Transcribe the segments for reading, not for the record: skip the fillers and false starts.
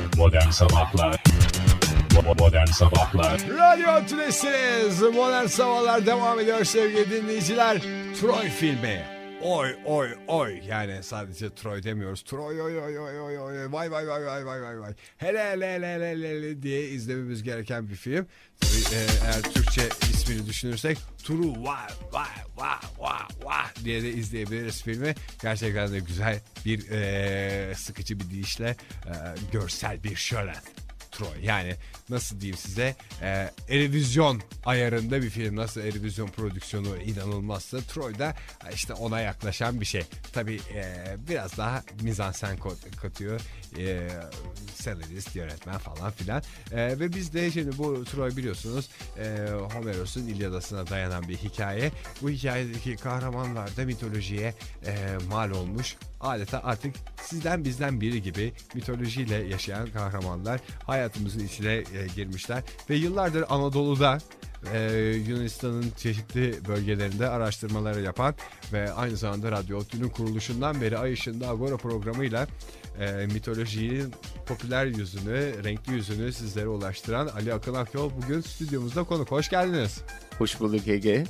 Modern Sabahlar. Modern Sabahlar. Radyo Tülesi'niz. Modern Sabahlar devam ediyor sevgili dinleyiciler. Troy filmi. Oy oy oy. Yani sadece Troy demiyoruz. Troy oy oy oy oy oy. Vay vay vay vay vay vay vay. Hele hele hele hele hele diye izlememiz gereken bir film. Eğer Türkçe ismini düşünürsek Turu vay vay vay vay vay diye de izleyebiliriz filmi. Gerçekten de güzel bir sıkıcı bir deyişle görsel bir şölen. Troy. Yani nasıl diyeyim size, Erevizyon ayarında bir film. Nasıl Erevizyon prodüksiyonu inanılmazsa Troy da işte ona yaklaşan bir şey. Tabii biraz daha mizansen katıyor. Senarist, yönetmen falan filan. Ve biz de şimdi bu Troy biliyorsunuz Homeros'un İlyadası'na dayanan bir hikaye. Bu hikayedeki kahramanlar da mitolojiye mal olmuş. Adeta artık sizden bizden biri gibi mitolojiyle yaşayan kahramanlar hayatımızın içine girmişler. Ve yıllardır Anadolu'da Yunanistan'ın çeşitli bölgelerinde araştırmaları yapan ve aynı zamanda Radyo ODTÜ'nün kuruluşundan beri Ay Işığında Agora programıyla mitolojinin popüler yüzünü, renkli yüzünü sizlere ulaştıran Ali Akın Akyol bugün stüdyomuzda konuk. Hoş geldiniz. Hoş bulduk Ege.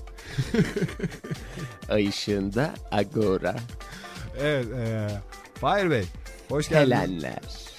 Ay Işığında Agora. Evet, Fahir Bey, hoş geldiniz. Helenler.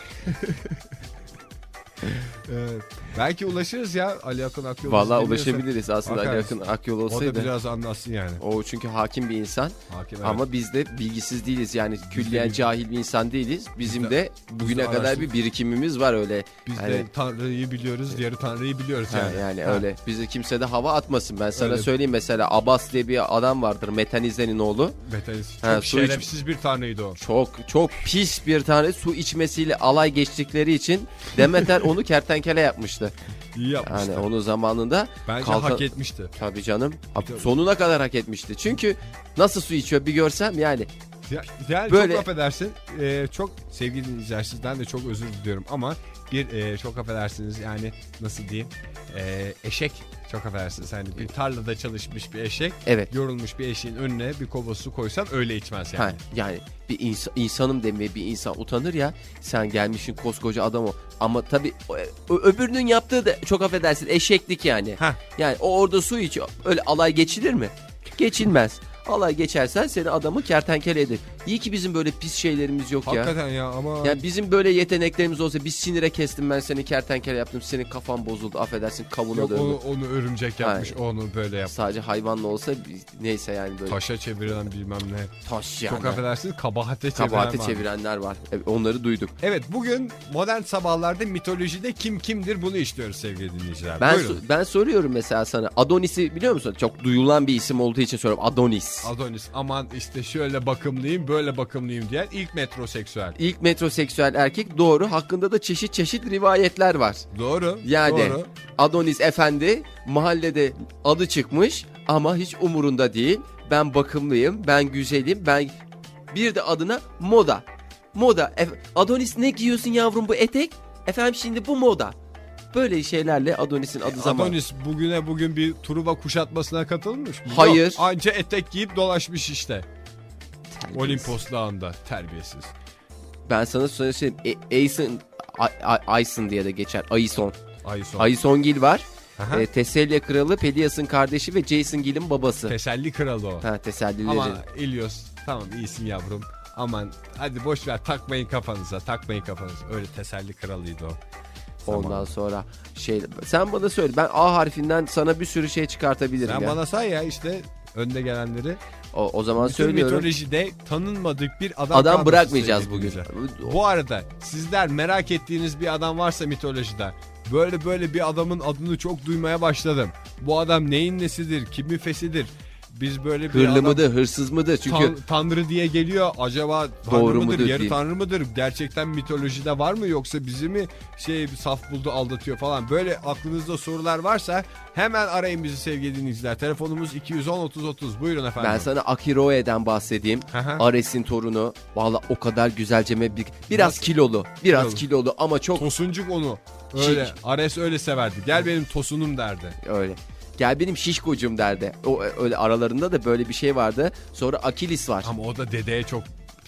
Belki ulaşırız ya Ali Akın Akyol. Valla ulaşabiliriz aslında Ali Akın Akyol olsaydı. O da biraz anlatsın yani. O çünkü hakim bir insan. Hakim, evet. Ama biz de bilgisiz değiliz yani külliyen cahil bir insan değiliz. Bizim de bugüne kadar bir birikimimiz var öyle. Biz hani, de Tanrı'yı biliyoruz, diğer Tanrı'yı biliyoruz yani. Yani öyle. Bizi kimse de hava atmasın. Ben sana söyleyeyim, mesela Abbas diye bir adam vardır, Metanize'nin oğlu. Metanize. Çok şerefsiz bir tanrıydı o. Çok pis bir tanrı. Su içmesiyle alay geçtikleri için Demeter onu kertenkele yapmıştı. İyi yapmıştı. Yani onu zamanında bence hak etmişti. Tabii canım. Sonuna kadar hak etmişti. Çünkü nasıl su içiyor bir görsem yani. Yani böyle... Çok affedersin. Çok sevgili dinleyiciler, sizden de çok özür diliyorum ama çok affedersiniz yani nasıl diyeyim, eşek, çok affedersiniz hani bir tarlada çalışmış bir eşek, evet, yorulmuş bir eşeğin önüne bir kova su koysan öyle içmez yani. Yani bir insanım demeye bir insan utanır ya, sen gelmişsin koskoca adam o. Ama tabii öbürünün yaptığı da çok affedersin eşeklik yani. Yani o orada su içiyor, öyle alay geçilir mi? Geçilmez. Alay geçersen seni adamı kertenkele eder. İyi ki bizim böyle pis şeylerimiz yok. Hakikaten ya ama... Yani bizim böyle yeteneklerimiz olsa, bir sinire kestim ben seni, kertenkele yaptım, senin kafan bozuldu, affedersin kavuna döndü. Onu örümcek yapmış, onu böyle yapmış. Sadece hayvanla olsa neyse yani böyle. Taşa çeviren bilmem ne. Taş yani. Çok affedersiniz kabahate çevirenler var. Evet, onları duyduk. Evet, bugün modern sabahlarda mitolojide kim kimdir bunu işliyoruz sevgili dinleyiciler. Ben soruyorum mesela sana. Adonis'i biliyor musun? Çok duyulan bir isim olduğu için soruyorum. Adonis. Aman işte şöyle bakımlıyım böyle bakımlıyım diyen ilk metroseksüel. İlk metroseksüel erkek, doğru. Hakkında da çeşit rivayetler var. Doğru. Yani doğru. Adonis efendi mahallede adı çıkmış ama hiç umurunda değil. Ben bakımlıyım, ben güzelim, ben bir de adına moda. Adonis ne giyiyorsun yavrum, bu etek? Efendim şimdi bu moda. Böyle şeylerle Adonis'in adı zaman. Adonis bugün bir Truva kuşatmasına katılmış mı? Hayır. Yok, anca etek giyip dolaşmış işte. Terbiyesiz. Olimpos Dağı'nda, terbiyesiz. Ben sana söyleyeyim. Ayson diye de geçer. Ayson Gil var. Teselya Kralı, Pelias'ın kardeşi ve Jason Gill'in babası. Teselli Kralı o. Tesellileri. Ama İlyos tamam iyisin yavrum. Aman hadi boş ver, takmayın kafanıza. Öyle Teselli Kralı'ydı o. Ondan sonra sen bana söyle, ben A harfinden sana bir sürü şey çıkartabilirim. Sen bana say ya işte önde gelenleri. O zaman bütün söylüyorum. Mitolojide tanınmadık bir adam bırakmayacağız bugün. Bu arada sizler merak ettiğiniz bir adam varsa mitolojide, böyle bir adamın adını çok duymaya başladım. Bu adam neyin nesidir, kimin fesidir? Biz böyle bir hırlı adam, mıdır, hırsız mıdır? Çünkü tanrı diye geliyor. Acaba tanrı mıdır, yarı tanrı mıdır? Gerçekten mitolojide var mı, yoksa bizi mi saf buldu, aldatıyor falan. Böyle aklınızda sorular varsa hemen arayın bizi sevgili dinleyiciler. Telefonumuz 210-30-30. Buyurun efendim. Ben sana Akiroe'den bahsedeyim. Ares'in torunu. Valla o kadar güzelceme biraz kilolu. Kilolu ama çok. Tosuncuk onu. Öyle. Ares öyle severdi. Gel benim tosunum derdi. Öyle. Gel benim şişkocum derdi. O öyle aralarında da böyle bir şey vardı. Sonra Akilis var. Ama o da dedeye çok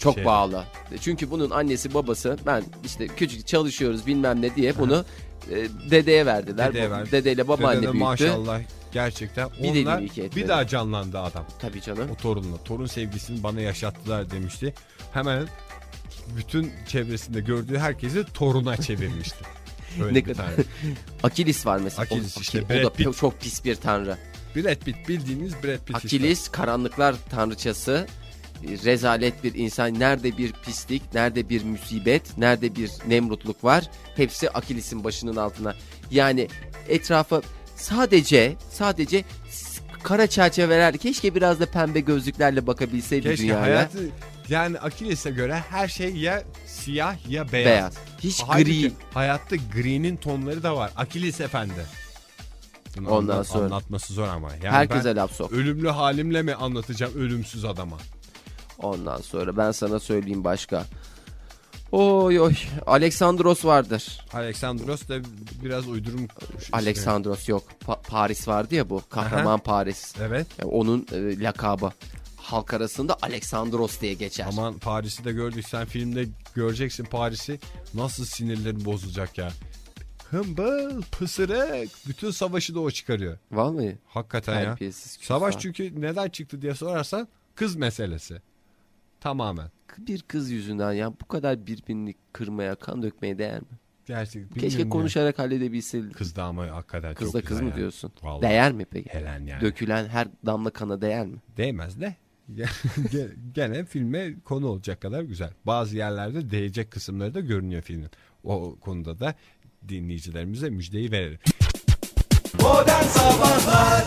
Çok bağlı. Çünkü bunun annesi babası ben işte küçük çalışıyoruz bilmem ne diye bunu dedeye verdiler. Dedeyle babaanne büyüttü. Maşallah gerçekten onlar bir daha canlandı adam. Tabii canım. O torunla. Torun sevgisini bana yaşattılar demişti. Hemen bütün çevresinde gördüğü herkesi toruna çevirmişti. Öyle ne kadar. Akilis var mesela. Akilis işte. O da çok pis bir tanrı. Brad Pitt, bildiğiniz Brad Pitt. Akilis işte. Karanlıklar tanrıçası. Rezalet bir insan. Nerede bir pislik, nerede bir musibet, nerede bir nemrutluk var. Hepsi Akilis'in başının altına. Yani etrafa sadece kara çerçeveler. Keşke biraz da pembe gözlüklerle bakabilseydi keşke dünyaya. Hayatı, yani Akilis'e göre her şey ya siyah ya beyaz. Hiç gri. Hayatta gri'nin tonları da var. Akilis efendi. Ondan sonra anlatması zor ama. Yani herkese laf sok. Ölümlü halimle mi anlatacağım ölümsüz adama? Ondan sonra ben sana söyleyeyim başka. Oy Aleksandros vardır. Aleksandros da biraz uydurum. Aleksandros yok. Paris vardı ya bu. Kahraman Paris. Evet. Yani onun lakabı. Halk arasında Aleksandros diye geçer. Aman Paris'i de gördük. Sen filmde göreceksin Paris'i. Nasıl sinirlerin bozulacak ya. Hımbıl, pısırık. Bütün savaşı da o çıkarıyor. Vallahi. Hakikaten ya. Savaş çünkü neden çıktı diye sorarsan kız meselesi. Tamamen. Bir kız yüzünden ya bu kadar birbirini kırmaya, kan dökmeye değer mi? Gerçekten. Keşke konuşarak halledebilseydik. Kız da ama hakikaten kız çok da güzel. Kız mı diyorsun? Vallahi. Değer mi peki? Helen yani. Dökülen her damla kana değer mi? Değmez de. Gene filme konu olacak kadar güzel. Bazı yerlerde değecek kısımları da görünüyor filmin. O konuda da dinleyicilerimize müjdeyi verelim. Modern Sabahlar.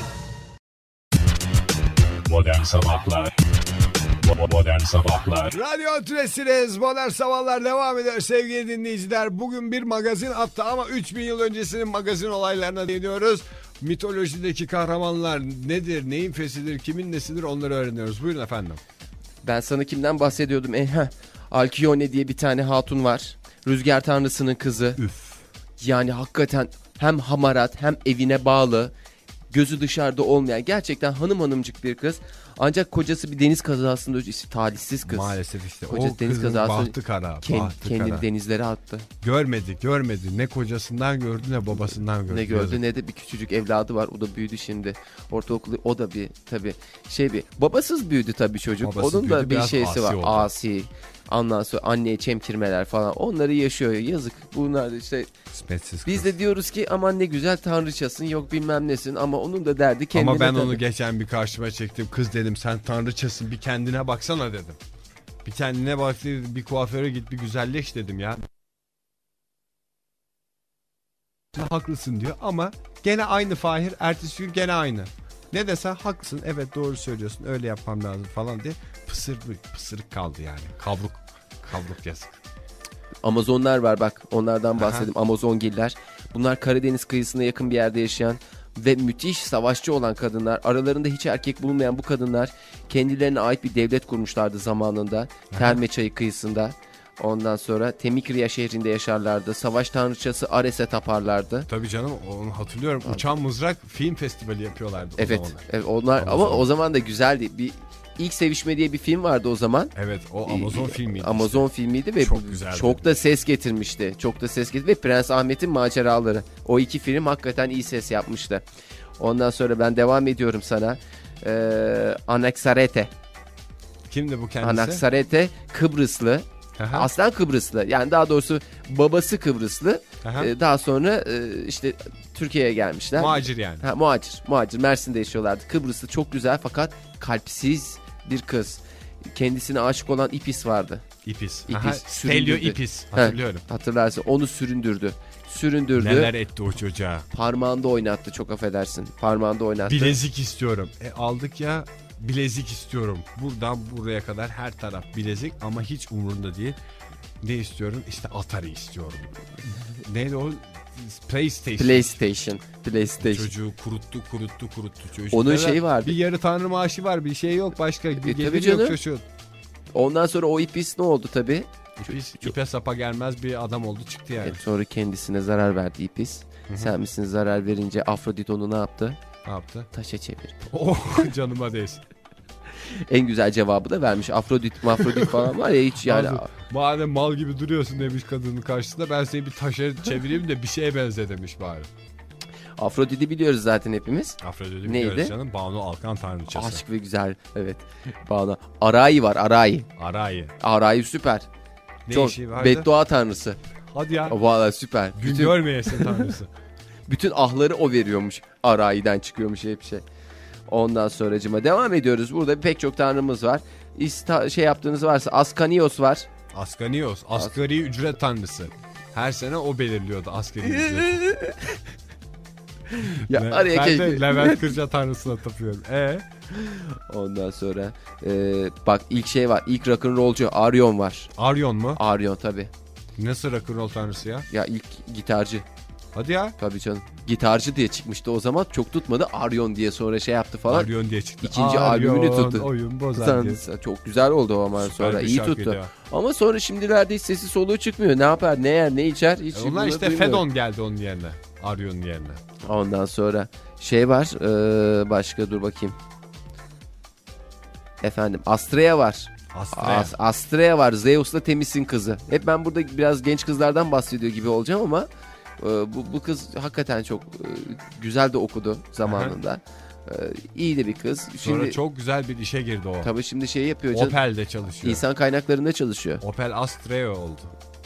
Modern Sabahlar. Modern Sabahlar. Radyo Tülesi'niz. Modern Sabahlar devam ediyor sevgili dinleyiciler. Bugün bir magazin attı ama 3000 yıl öncesinin magazin olaylarına değiniyoruz. Mitolojideki kahramanlar nedir, neyin fesidir, kimin nesidir onları öğreniyoruz. Buyurun efendim. Ben sana kimden bahsediyordum? Alkyone diye bir tane hatun var. Rüzgar tanrısının kızı. Üf. Yani hakikaten hem hamarat hem evine bağlı. Gözü dışarıda olmayan gerçekten hanımcık bir kız. Ancak kocası bir deniz kazasında işte talihsiz kız. Maalesef işte. Kocası o deniz kazası. Bahtı kara. Kendini denizlere attı. Görmedi. Ne kocasından gördü ne babasından gördü. Ne gördü ne de bir küçücük evladı var. O da büyüdü şimdi. Ortaokulu o da bir tabii babasız büyüdü tabii çocuk. Babasız onun da büyüdü, bir şeysi var. oldu. Asi. Ondan sonra anneye çemkirmeler falan. Onları yaşıyor. Yazık. Bunlar işte biz de diyoruz ki aman ne güzel tanrıçasın yok bilmem nesin ama onun da derdi kendine. Ama ben onu geçen bir karşıma çektim. Kız dedim sen tanrıçasın bir kendine baksana dedim. Bir kendine bak dedim, bir kuaföre git bir güzelleş dedim ya. Haklısın diyor ama gene aynı Fahir, ertesi gün gene aynı. Ne desen haklısın, evet doğru söylüyorsun, öyle yapmam lazım falan diye pısırık kaldı yani. Kavruk yazık. Amazonlar var bak, onlardan bahsedeyim. Amazongiller. Bunlar Karadeniz kıyısına yakın bir yerde yaşayan ve müthiş savaşçı olan kadınlar. Aralarında hiç erkek bulunmayan bu kadınlar kendilerine ait bir devlet kurmuşlardı zamanında. Terme Çayı kıyısında. Ondan sonra Temikriya şehrinde yaşarlardı. Savaş tanrıçası Ares'e taparlardı. Tabii canım, onu hatırlıyorum. Uçan Mızrak film festivali yapıyorlardı o evet, zamanlar. Evet, onlar Amazon. Ama o zaman da güzeldi. Bir İlk Sevişme diye bir film vardı o zaman. Evet, o Amazon filmiydi. Amazon filmiydi ve çok güzeldi. Çok da ses getirmişti. Ve Prens Ahmet'in maceraları. O iki film hakikaten iyi ses yapmıştı. Ondan sonra ben devam ediyorum sana. Anaxarete. Kimdi bu kendisi? Anaxarete Kıbrıslı. Aha. Aslen Kıbrıslı. Yani daha doğrusu babası Kıbrıslı. Daha sonra işte Türkiye'ye gelmişler. Muhacir yani. Muhacir. Mersin'de yaşıyorlardı. Kıbrıslı çok güzel fakat kalpsiz bir kız. Kendisine aşık olan İpis vardı. İpis. Stelio İpis. Hatırlıyorum. Hatırlarsın. Onu süründürdü. Neler etti o çocuğa. Parmağında oynattı, çok affedersin. Parmağında oynattı. Bilezik istiyorum. Aldık ya, bilezik istiyorum. Buradan buraya kadar her taraf bilezik ama hiç umurunda değil. Ne istiyorum? İşte Atari istiyorum. Neydi o? PlayStation. Çocuğu kuruttu çocuğu. Onun şeyi vardı. Bir yarı tanrı maaşı var, bir şey yok başka. Tabii canım. Çocuğu. Ondan sonra o İpis ne oldu tabii? İpe sapa gelmez bir adam oldu çıktı yani. Sonra kendisine zarar verdi İpis. Sen misin zarar verince Afrodit onu ne yaptı? Ne yaptı? Taşa çevirdi. Oh, canıma değsin. En güzel cevabı da vermiş. Afrodit falan var ya hiç yani. Madem mal gibi duruyorsun demiş kadının karşısında, ben seni bir taşa çevireyim de bir şeye benze demiş bari. Afrodit'i biliyoruz zaten hepimiz. Afrodit'i neydi? biliyoruz canım. Banu Alkan tanrıçası. Aşk ve güzel. Evet. Banu. Arayi var, Arayi. Arayi süper. Ne çok işi vardı? beddua tanrısı. Hadi ya. Vallahi süper. Gün görmeyesin tanrısı. Bütün ahları o veriyormuş. Arayi'den çıkıyormuş hep şey. Ondan sonracıma devam ediyoruz. Burada pek çok tanrımız var. Şey yaptığınız varsa Askanios var. Askanios. Asgari ücret tanrısı. Her sene o belirliyordu asgari ücreti. Ya araya ben de Levent Kırca tanrısına tapıyorum. Ondan sonra bak ilk şey var. İlk rock'n'rollcu Arion var. Arion mu? Arion tabii. Nasıl rock'n'roll tanrısı ya? Ya ilk gitarcı. Hadi ya. Tabii canım. Gitarcı diye çıkmıştı o zaman. Çok tutmadı. Arion diye sonra şey yaptı falan. Arion diye çıktı. İkinci albümünü tuttu. Oyun bozar diye. Çok güzel oldu o zaman sonra. İyi tuttu. Ya. Ama sonra şimdilerde hiç sesi soluğu çıkmıyor. Ne yapar, ne yer, ne içer? Hiç onlar işte duymuyor. Fedon geldi onun yerine. Arion'un yerine. Ondan sonra şey var. Başka dur bakayım. Bu Astrea var. Astrea var. Zeus'la Temis'in kızı. Hep ben burada biraz genç kızlardan bahsediyor gibi olacağım ama bu kız hakikaten çok güzel de okudu zamanında. İyi de bir kız. Sonra şimdi, çok güzel bir işe girdi o. Tabii şimdi şey yapıyor canım. Opel'de çalışıyor. İnsan kaynaklarında çalışıyor. Opel Astrea oldu.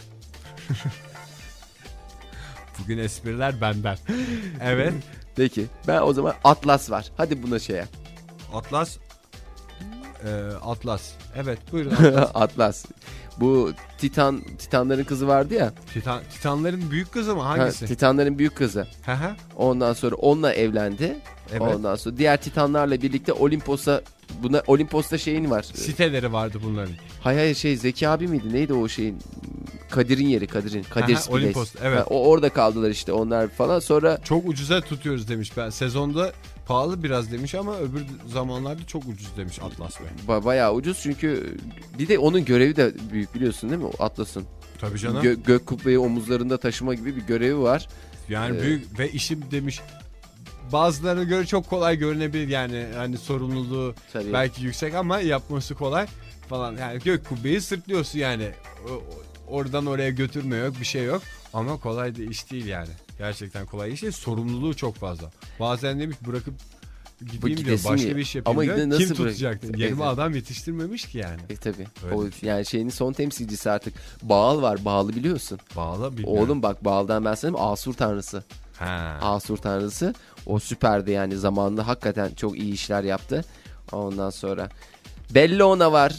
Bugün espriler benden. Evet. Peki. Ben o zaman Atlas var. Hadi buna şeye. Atlas. Atlas. Evet buyurun Atlas. Atlas. Bu Titanların kızı vardı ya. Titanların büyük kızı mı? Hangisi? Titanların büyük kızı. Ondan sonra onunla evlendi. Evet. Ondan sonra diğer Titanlarla birlikte Olimpos'ta şeyin var. Siteleri vardı bunların. Hayır Zeki abi miydi? Neydi o şeyin? Kadir'in yeri. Kadir Olimpos. Evet. Orada kaldılar işte onlar falan. Sonra çok ucuza tutuyoruz demiş. Ben sezonda pahalı biraz demiş ama öbür zamanlarda çok ucuz demiş Atlas Bey. Bayağı ucuz çünkü bir de onun görevi de büyük biliyorsun değil mi Atlas'ın? Tabii canım. Gök kubbeyi omuzlarında taşıma gibi bir görevi var. Yani büyük ve işim demiş. Bazılarına göre çok kolay görünebilir yani hani sorumluluğu tabii. Belki yüksek ama yapması kolay falan. Yani gök kubbeyi sırtlıyorsun yani. Oradan oraya götürme yok, bir şey yok. Ama kolay da iş değil yani. Gerçekten kolay iş değil. Sorumluluğu çok fazla. Bazen demiş bırakıp gideyim diyor. Başka bir iş yapayım ama diyor. Nasıl kim tutacak? Yerime adam yetiştirmemiş ki yani. Tabii. O, yani şeyin son temsilcisi artık. Baal var. Baal'ı biliyorsun. Baal'ı bilmiyorum. Oğlum bak Baal'dan ben sana Asur tanrısı. Asur tanrısı. O süperdi yani zamanında. Hakikaten çok iyi işler yaptı. Ondan sonra Bellona var.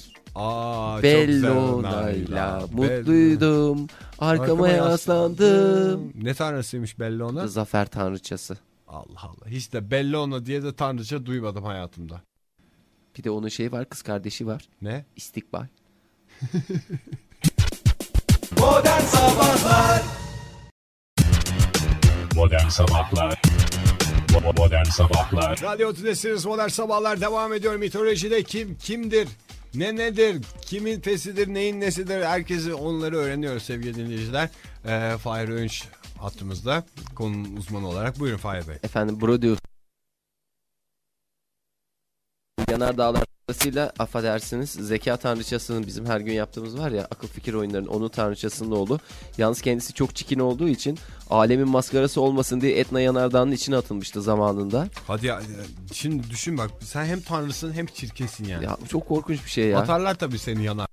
Bellona'yla mutluydum. Arkama yaslandım. Ne tanrısıymış Bellona? Zafer tanrıçası. Allah Allah. Hiç de Bellona diye de tanrıça duymadım hayatımda. Bir de onun şeyi var, kız kardeşi var. Ne? İstikbal. Modern Sabahlar. Modern Sabahlar. Modern Sabahlar. Radyo Tülesi'niz Modern Sabahlar devam ediyor. Mitolojide kim kimdir? Ne nedir? Kimin fesidir? Neyin nesidir? Herkesi onları öğreniyoruz sevgili dinleyiciler. Fahir Öğünç hattımızda konunun uzmanı olarak. Buyurun Fahir Bey. Efendim Brodius. Yanardağlar arasıyla affedersiniz zeka tanrıçasının bizim her gün yaptığımız var ya akıl fikir oyunlarının onun tanrıçasının oğlu. Yalnız kendisi çok çikin olduğu için alemin maskarası olmasın diye Etna Yanardağı'nın içine atılmıştı zamanında. Hadi ya şimdi düşün bak sen hem tanrısın hem çirkinsin yani. Ya çok korkunç bir şey ya. Atarlar tabii seni yanar.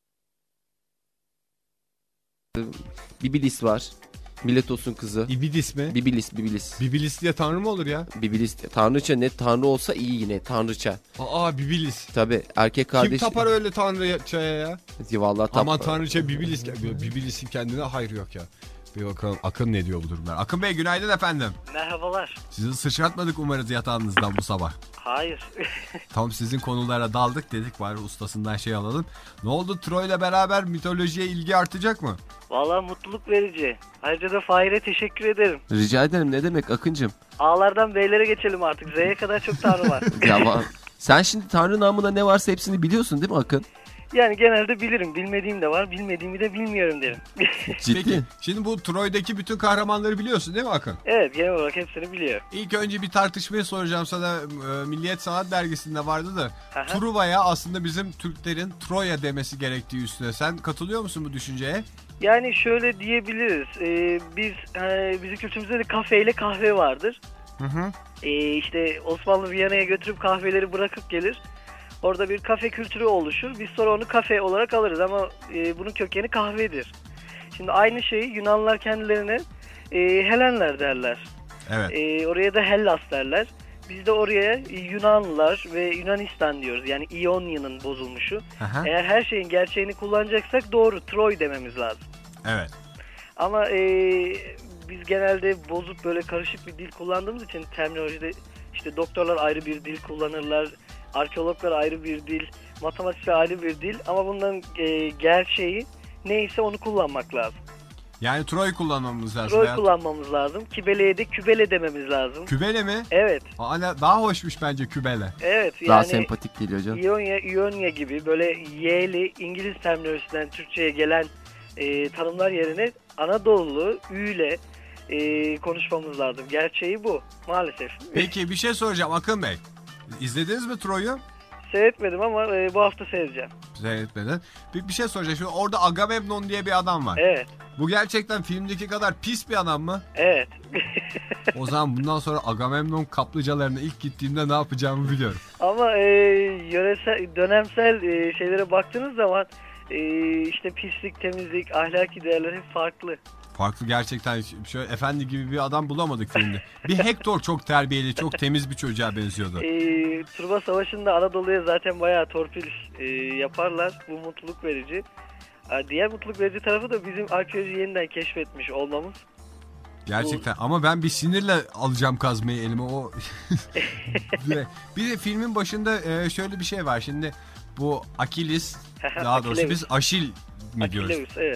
Bibilis var. Miletos'un kızı. İbidis mi? Bibilis. Bibilis diye tanrı mı olur ya? Bibilis. Tanrıça ne tanrı olsa iyi yine tanrıça. Bibilis. Tabii erkek kardeş. Kim tapar öyle tanrıçaya ya? Vallahi ama tanrıça Bibilis. Bibilis'in kendine hayrı yok ya. Bir bakalım Akın ne diyor bu durumlar. Akın Bey günaydın efendim. Merhabalar. Sizi sıçratmadık umarız yatağınızdan bu sabah. Hayır. Tam sizin konulara daldık dedik bari ustasından şey alalım. Ne oldu Troy'la beraber mitolojiye ilgi artacak mı? Vallahi mutluluk verici. Ayrıca da Fahir'e teşekkür ederim. Rica ederim ne demek Akıncığım. A'lardan B'lere geçelim artık. Z'ye kadar çok tanrı var. Ya sen şimdi tanrı namına ne varsa hepsini biliyorsun değil mi Akın? Yani genelde bilirim. Bilmediğim de var. Bilmediğimi de bilmiyorum derim. Ciddi. Peki şimdi bu Troy'daki bütün kahramanları biliyorsun değil mi Akın? Evet, genel olarak hepsini biliyorum. İlk önce bir tartışmayı soracağım sana. Milliyet Sanat Dergisi'nde vardı da Aha. Truva'ya aslında bizim Türklerin Troya demesi gerektiği üstüne. Sen katılıyor musun bu düşünceye? Yani şöyle diyebiliriz. Bizim kültürümüzde de kafe ile kahve vardır. Hı hı. İşte Osmanlı Viyana'ya götürüp kahveleri bırakıp gelir. Orada bir kafe kültürü oluşur. Biz sonra onu kafe olarak alırız ama bunun kökeni kahvedir. Şimdi aynı şeyi Yunanlılar kendilerine Helenler derler. Evet. Oraya da Hellas derler. Biz de oraya Yunanlılar ve Yunanistan diyoruz. Yani İonya'nın bozulmuşu. Aha. Eğer her şeyin gerçeğini kullanacaksak doğru Troy dememiz lazım. Evet. Ama biz genelde bozuk böyle karışık bir dil kullandığımız için terminolojide işte doktorlar ayrı bir dil kullanırlar. Arkeologlar ayrı bir dil, matematikçiler ayrı bir dil ama bunların gerçeği neyse onu kullanmak lazım. Yani Troy kullanmamız lazım. Troy kullanmamız lazım. Kibele'ye de kübele dememiz lazım. Kübele mi? Evet. Daha hoşmuş bence kübele. Evet. Yani Daha sempatik geliyor canım. İonya gibi böyle Y'li İngiliz terminolojisinden Türkçe'ye gelen tanımlar yerine Anadolu Ü'yle konuşmamız lazım. Gerçeği bu maalesef. Peki bir şey soracağım Akın Bey. İzlediniz mi Troy'u? Seyretmedim ama bu hafta seyredeceğim. Seyretmedin. Bir şey soracağım. Şimdi orada Agamemnon diye bir adam var. Evet. Bu gerçekten filmdeki kadar pis bir adam mı? Evet. O zaman bundan sonra Agamemnon kaplıcalarına ilk gittiğimde ne yapacağımı biliyorum. Ama yöresel, dönemsel şeylere baktığınız zaman işte pislik, temizlik, ahlaki değerler hep farklı. Farklı gerçekten şöyle efendi gibi bir adam bulamadık filmde. Bir Hector çok terbiyeli, çok temiz bir çocuğa benziyordu. Truva Savaşı'nda Anadolu'ya zaten bayağı torpil yaparlar. Bu mutluluk verici. Diğer mutluluk verici tarafı da bizim arkeolojiyi yeniden keşfetmiş olmamız. Gerçekten ama ben bir sinirle alacağım kazmayı elime o. Bir de filmin başında şöyle bir şey var. Şimdi bu Akilis, daha doğrusu biz Aşil mi diyoruz? Akileus, evet.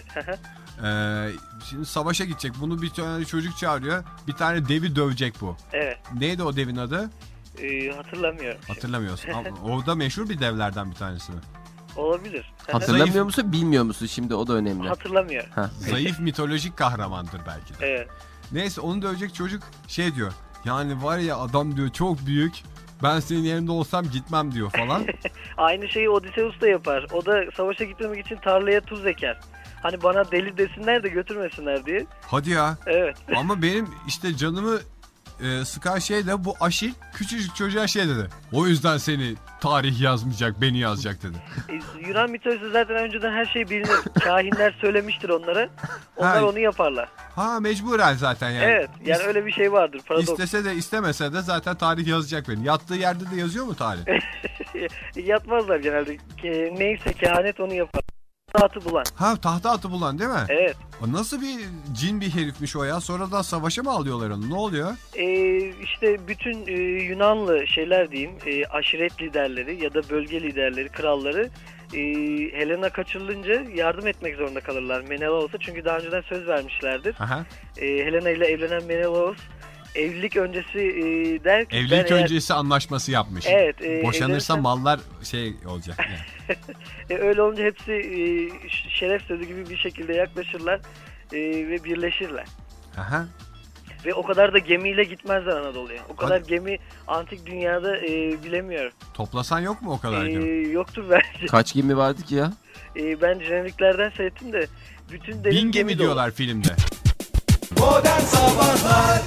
Şimdi savaşa gidecek. Bunu bir tane çocuk çağırıyor. Bir tane devi dövecek bu. Evet. Neydi o devin adı? Hatırlamıyorum. Hatırlamıyorsun. Ama o da meşhur bir devlerden bir tanesi mi? Olabilir. Hatırlamıyor Zayıf. musun, bilmiyor musun? Şimdi o da önemli. Hatırlamıyorum. Zayıf mitolojik kahramandır belki de. Evet. Neyse onu dövecek çocuk şey diyor. Yani var ya adam diyor çok büyük. Ben senin yerinde olsam gitmem diyor falan. Aynı şeyi Odysseus da yapar. O da savaşa gitmemek için tarlaya tuz eker. Hani bana deli desinler de götürmesinler diye. Hadi ya. Evet. Ama benim işte canımı sıkan şey de bu Aşil küçücük çocuğa şey dedi. O yüzden seni tarih yazmayacak, beni yazacak dedi. Yunan mitolojisi zaten önceden her şey bilinir. Kahinler söylemiştir onlara. Onlar onu yaparlar. Ha mecburen zaten yani. Evet. Yani öyle bir şey vardır. Paradoks. İstese de istemese de zaten tarih yazacak beni. Yattığı yerde de yazıyor mu tarih? Yatmazlar genelde. Neyse kehanet onu yapar. Tahtı bulan. Ha tahta atı bulan değil mi? Evet. Nasıl bir cin bir herifmiş o ya? Sonradan savaşa mı alıyorlar onu? Ne oluyor? İşte bütün Yunanlı şeyler diyeyim, aşiret liderleri ya da bölge liderleri, kralları Helena kaçırılınca yardım etmek zorunda kalırlar Menelaos'a. Çünkü daha önceden söz vermişlerdir. Aha. Helena ile evlenen Menelaos evlilik öncesi der ki... Evlilik öncesi anlaşması yapmış. Evet. Boşanırsa mallar şey olacak. Yani. Öyle olunca hepsi şeref sözü gibi bir şekilde yaklaşırlar ve birleşirler. Aha. Ve o kadar da gemiyle gitmezler Anadolu'ya. O kadar gemi antik dünyada bilemiyorum. Toplasan yok mu o kadar gemi? Yoktur bence. Kaç gemi vardı ki ya? Ben jeneriklerden seyrettim de bütün deniz 1000 gemi diyorlar filmde. Modern Sabahlar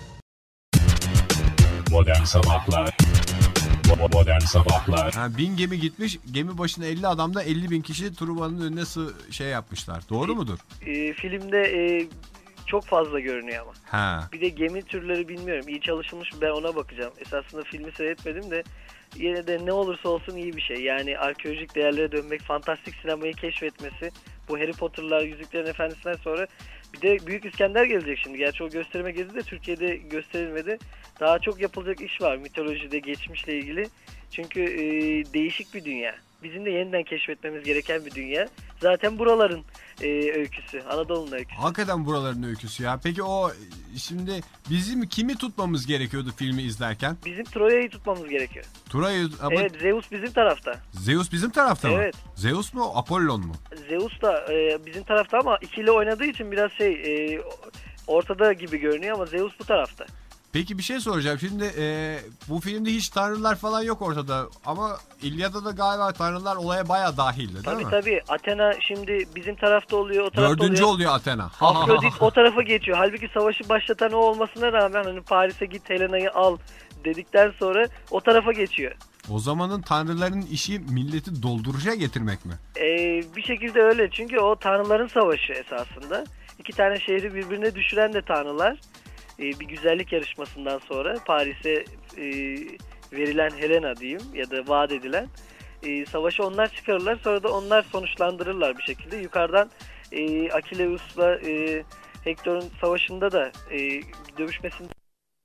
Modern Sabahlar Modern Sabahlar Ha, 1000 gemi gitmiş. Gemi başına 50 adam da 50.000 kişi Truva'nın önüne şey yapmışlar. Doğru mudur? Filmde çok fazla görünüyor ama. Ha. Bir de gemi türleri bilmiyorum. İyi çalışılmış mı, ben ona bakacağım. Esasında filmi seyretmedim de yine de ne olursa olsun iyi bir şey. Yani arkeolojik değerlere dönmek, fantastik sinemayı keşfetmesi. Bu Harry Potter'lar, Yüzüklerin Efendisi'nden sonra bir de Büyük İskender gelecek şimdi. Gerçi o gösterime gezdi de Türkiye'de gösterilmedi. Daha çok yapılacak iş var mitolojide, geçmişle ilgili. Çünkü değişik bir dünya. Bizim de yeniden keşfetmemiz gereken bir dünya. zaten buraların öyküsü. Anadolu'nun öyküsü. Hakikaten buraların öyküsü ya. Peki o şimdi bizim kimi tutmamız gerekiyordu filmi izlerken? Bizim Troya'yı tutmamız gerekiyor. Troya'yı ama Evet, Zeus bizim tarafta. Zeus bizim tarafta mı? Evet. Zeus mu Apollon mu? Zeus da bizim tarafta ama ikili oynadığı için biraz ortada gibi görünüyor ama Zeus bu tarafta. Peki bir şey soracağım. Şimdi bu filmde hiç tanrılar falan yok ortada. Ama İlyada'da galiba tanrılar olaya bayağı dahildi değil mi? Tabii. Athena şimdi bizim tarafta oluyor, o tarafta Dördüncü oluyor. oluyor Athena. Afrodit o tarafa geçiyor. Halbuki savaşı başlatan o olmasına rağmen hani Paris'e git Helena'yı al dedikten sonra o tarafa geçiyor. O zamanın tanrıların işi milleti dolduruşa getirmek mi? Bir şekilde öyle çünkü o tanrıların savaşı esasında. İki tane şehri birbirine düşüren de tanrılar. Bir güzellik yarışmasından sonra Paris'e verilen Helena diyeyim ya da vaat edilen savaşı onlar çıkarırlar. Sonra da onlar sonuçlandırırlar bir şekilde. Yukarıdan Akileus'la Hektor'un savaşında da dövüşmesinde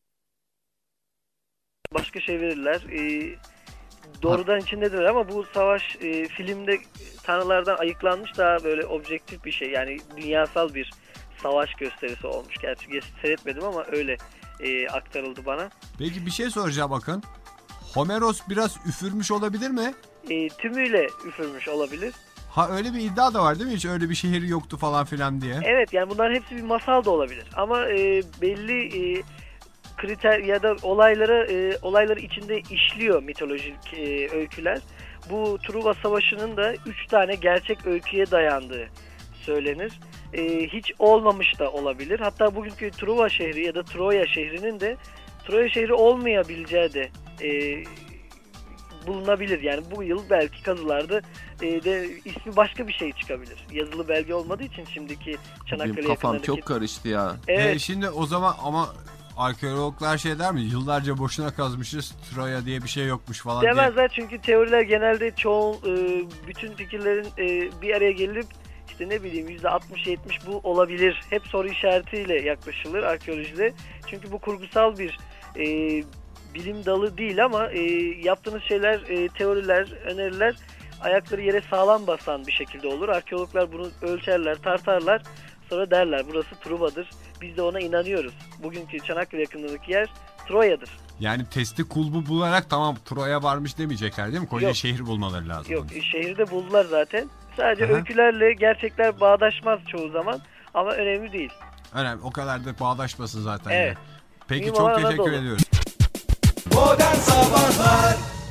başka şey verirler. Doğrudan içindedir ama bu savaş filmde tanrılardan ayıklanmış, daha böyle objektif bir şey. Yani dünyasal bir savaş gösterisi olmuş. Gerçi seyretmedim ama öyle aktarıldı bana. Peki bir şey soracağım bakın. Homeros biraz üfürmüş olabilir mi? Tümüyle üfürmüş olabilir. Ha öyle bir iddia da var değil mi? Hiç öyle bir şehir yoktu falan filan diye. Evet, yani bunların hepsi bir masal da olabilir. Ama belli kriter ya da olayları içinde işliyor mitolojik öyküler. Bu Truva Savaşı'nın da 3 tane gerçek öyküye dayandığı söylenir. Hiç olmamış da olabilir. Hatta bugünkü Truva şehri ya da Troya şehrinin de Troya şehri olmayabileceği de bulunabilir. Yani bu yıl belki kazılarda de ismi başka bir şey çıkabilir. Yazılı belge olmadığı için şimdiki Çanakkale Benim kafam yakınlarındaki... çok karıştı ya. Evet. Şimdi o zaman ama arkeologlar şey der mi? Yıllarca boşuna kazmışız, Troya diye bir şey yokmuş falan diye. Demezler çünkü teoriler genelde bütün fikirlerin bir araya gelip işte ne bileyim %60-70 bu olabilir. Hep soru işaretiyle yaklaşılır arkeolojide. Çünkü bu kurgusal bir bilim dalı değil ama yaptığınız şeyler, teoriler, öneriler ayakları yere sağlam basan bir şekilde olur. Arkeologlar bunu ölçerler, tartarlar. Sonra derler burası Truva'dır. Biz de ona inanıyoruz. Bugünkü Çanakkale yakınındaki yer Troya'dır. Yani testi kulbu bularak tamam Troya varmış demeyecekler değil mi? Koca Yok. şehir bulmaları lazım. Yok, şehirde buldular zaten. Sadece Aha. öykülerle gerçekler bağdaşmaz çoğu zaman ama önemli değil. Önemli. O kadar da bağdaşmasın zaten. Evet. Yani. Peki Mühim çok olan teşekkür Anadolu. ediyoruz. Modern Sabahlar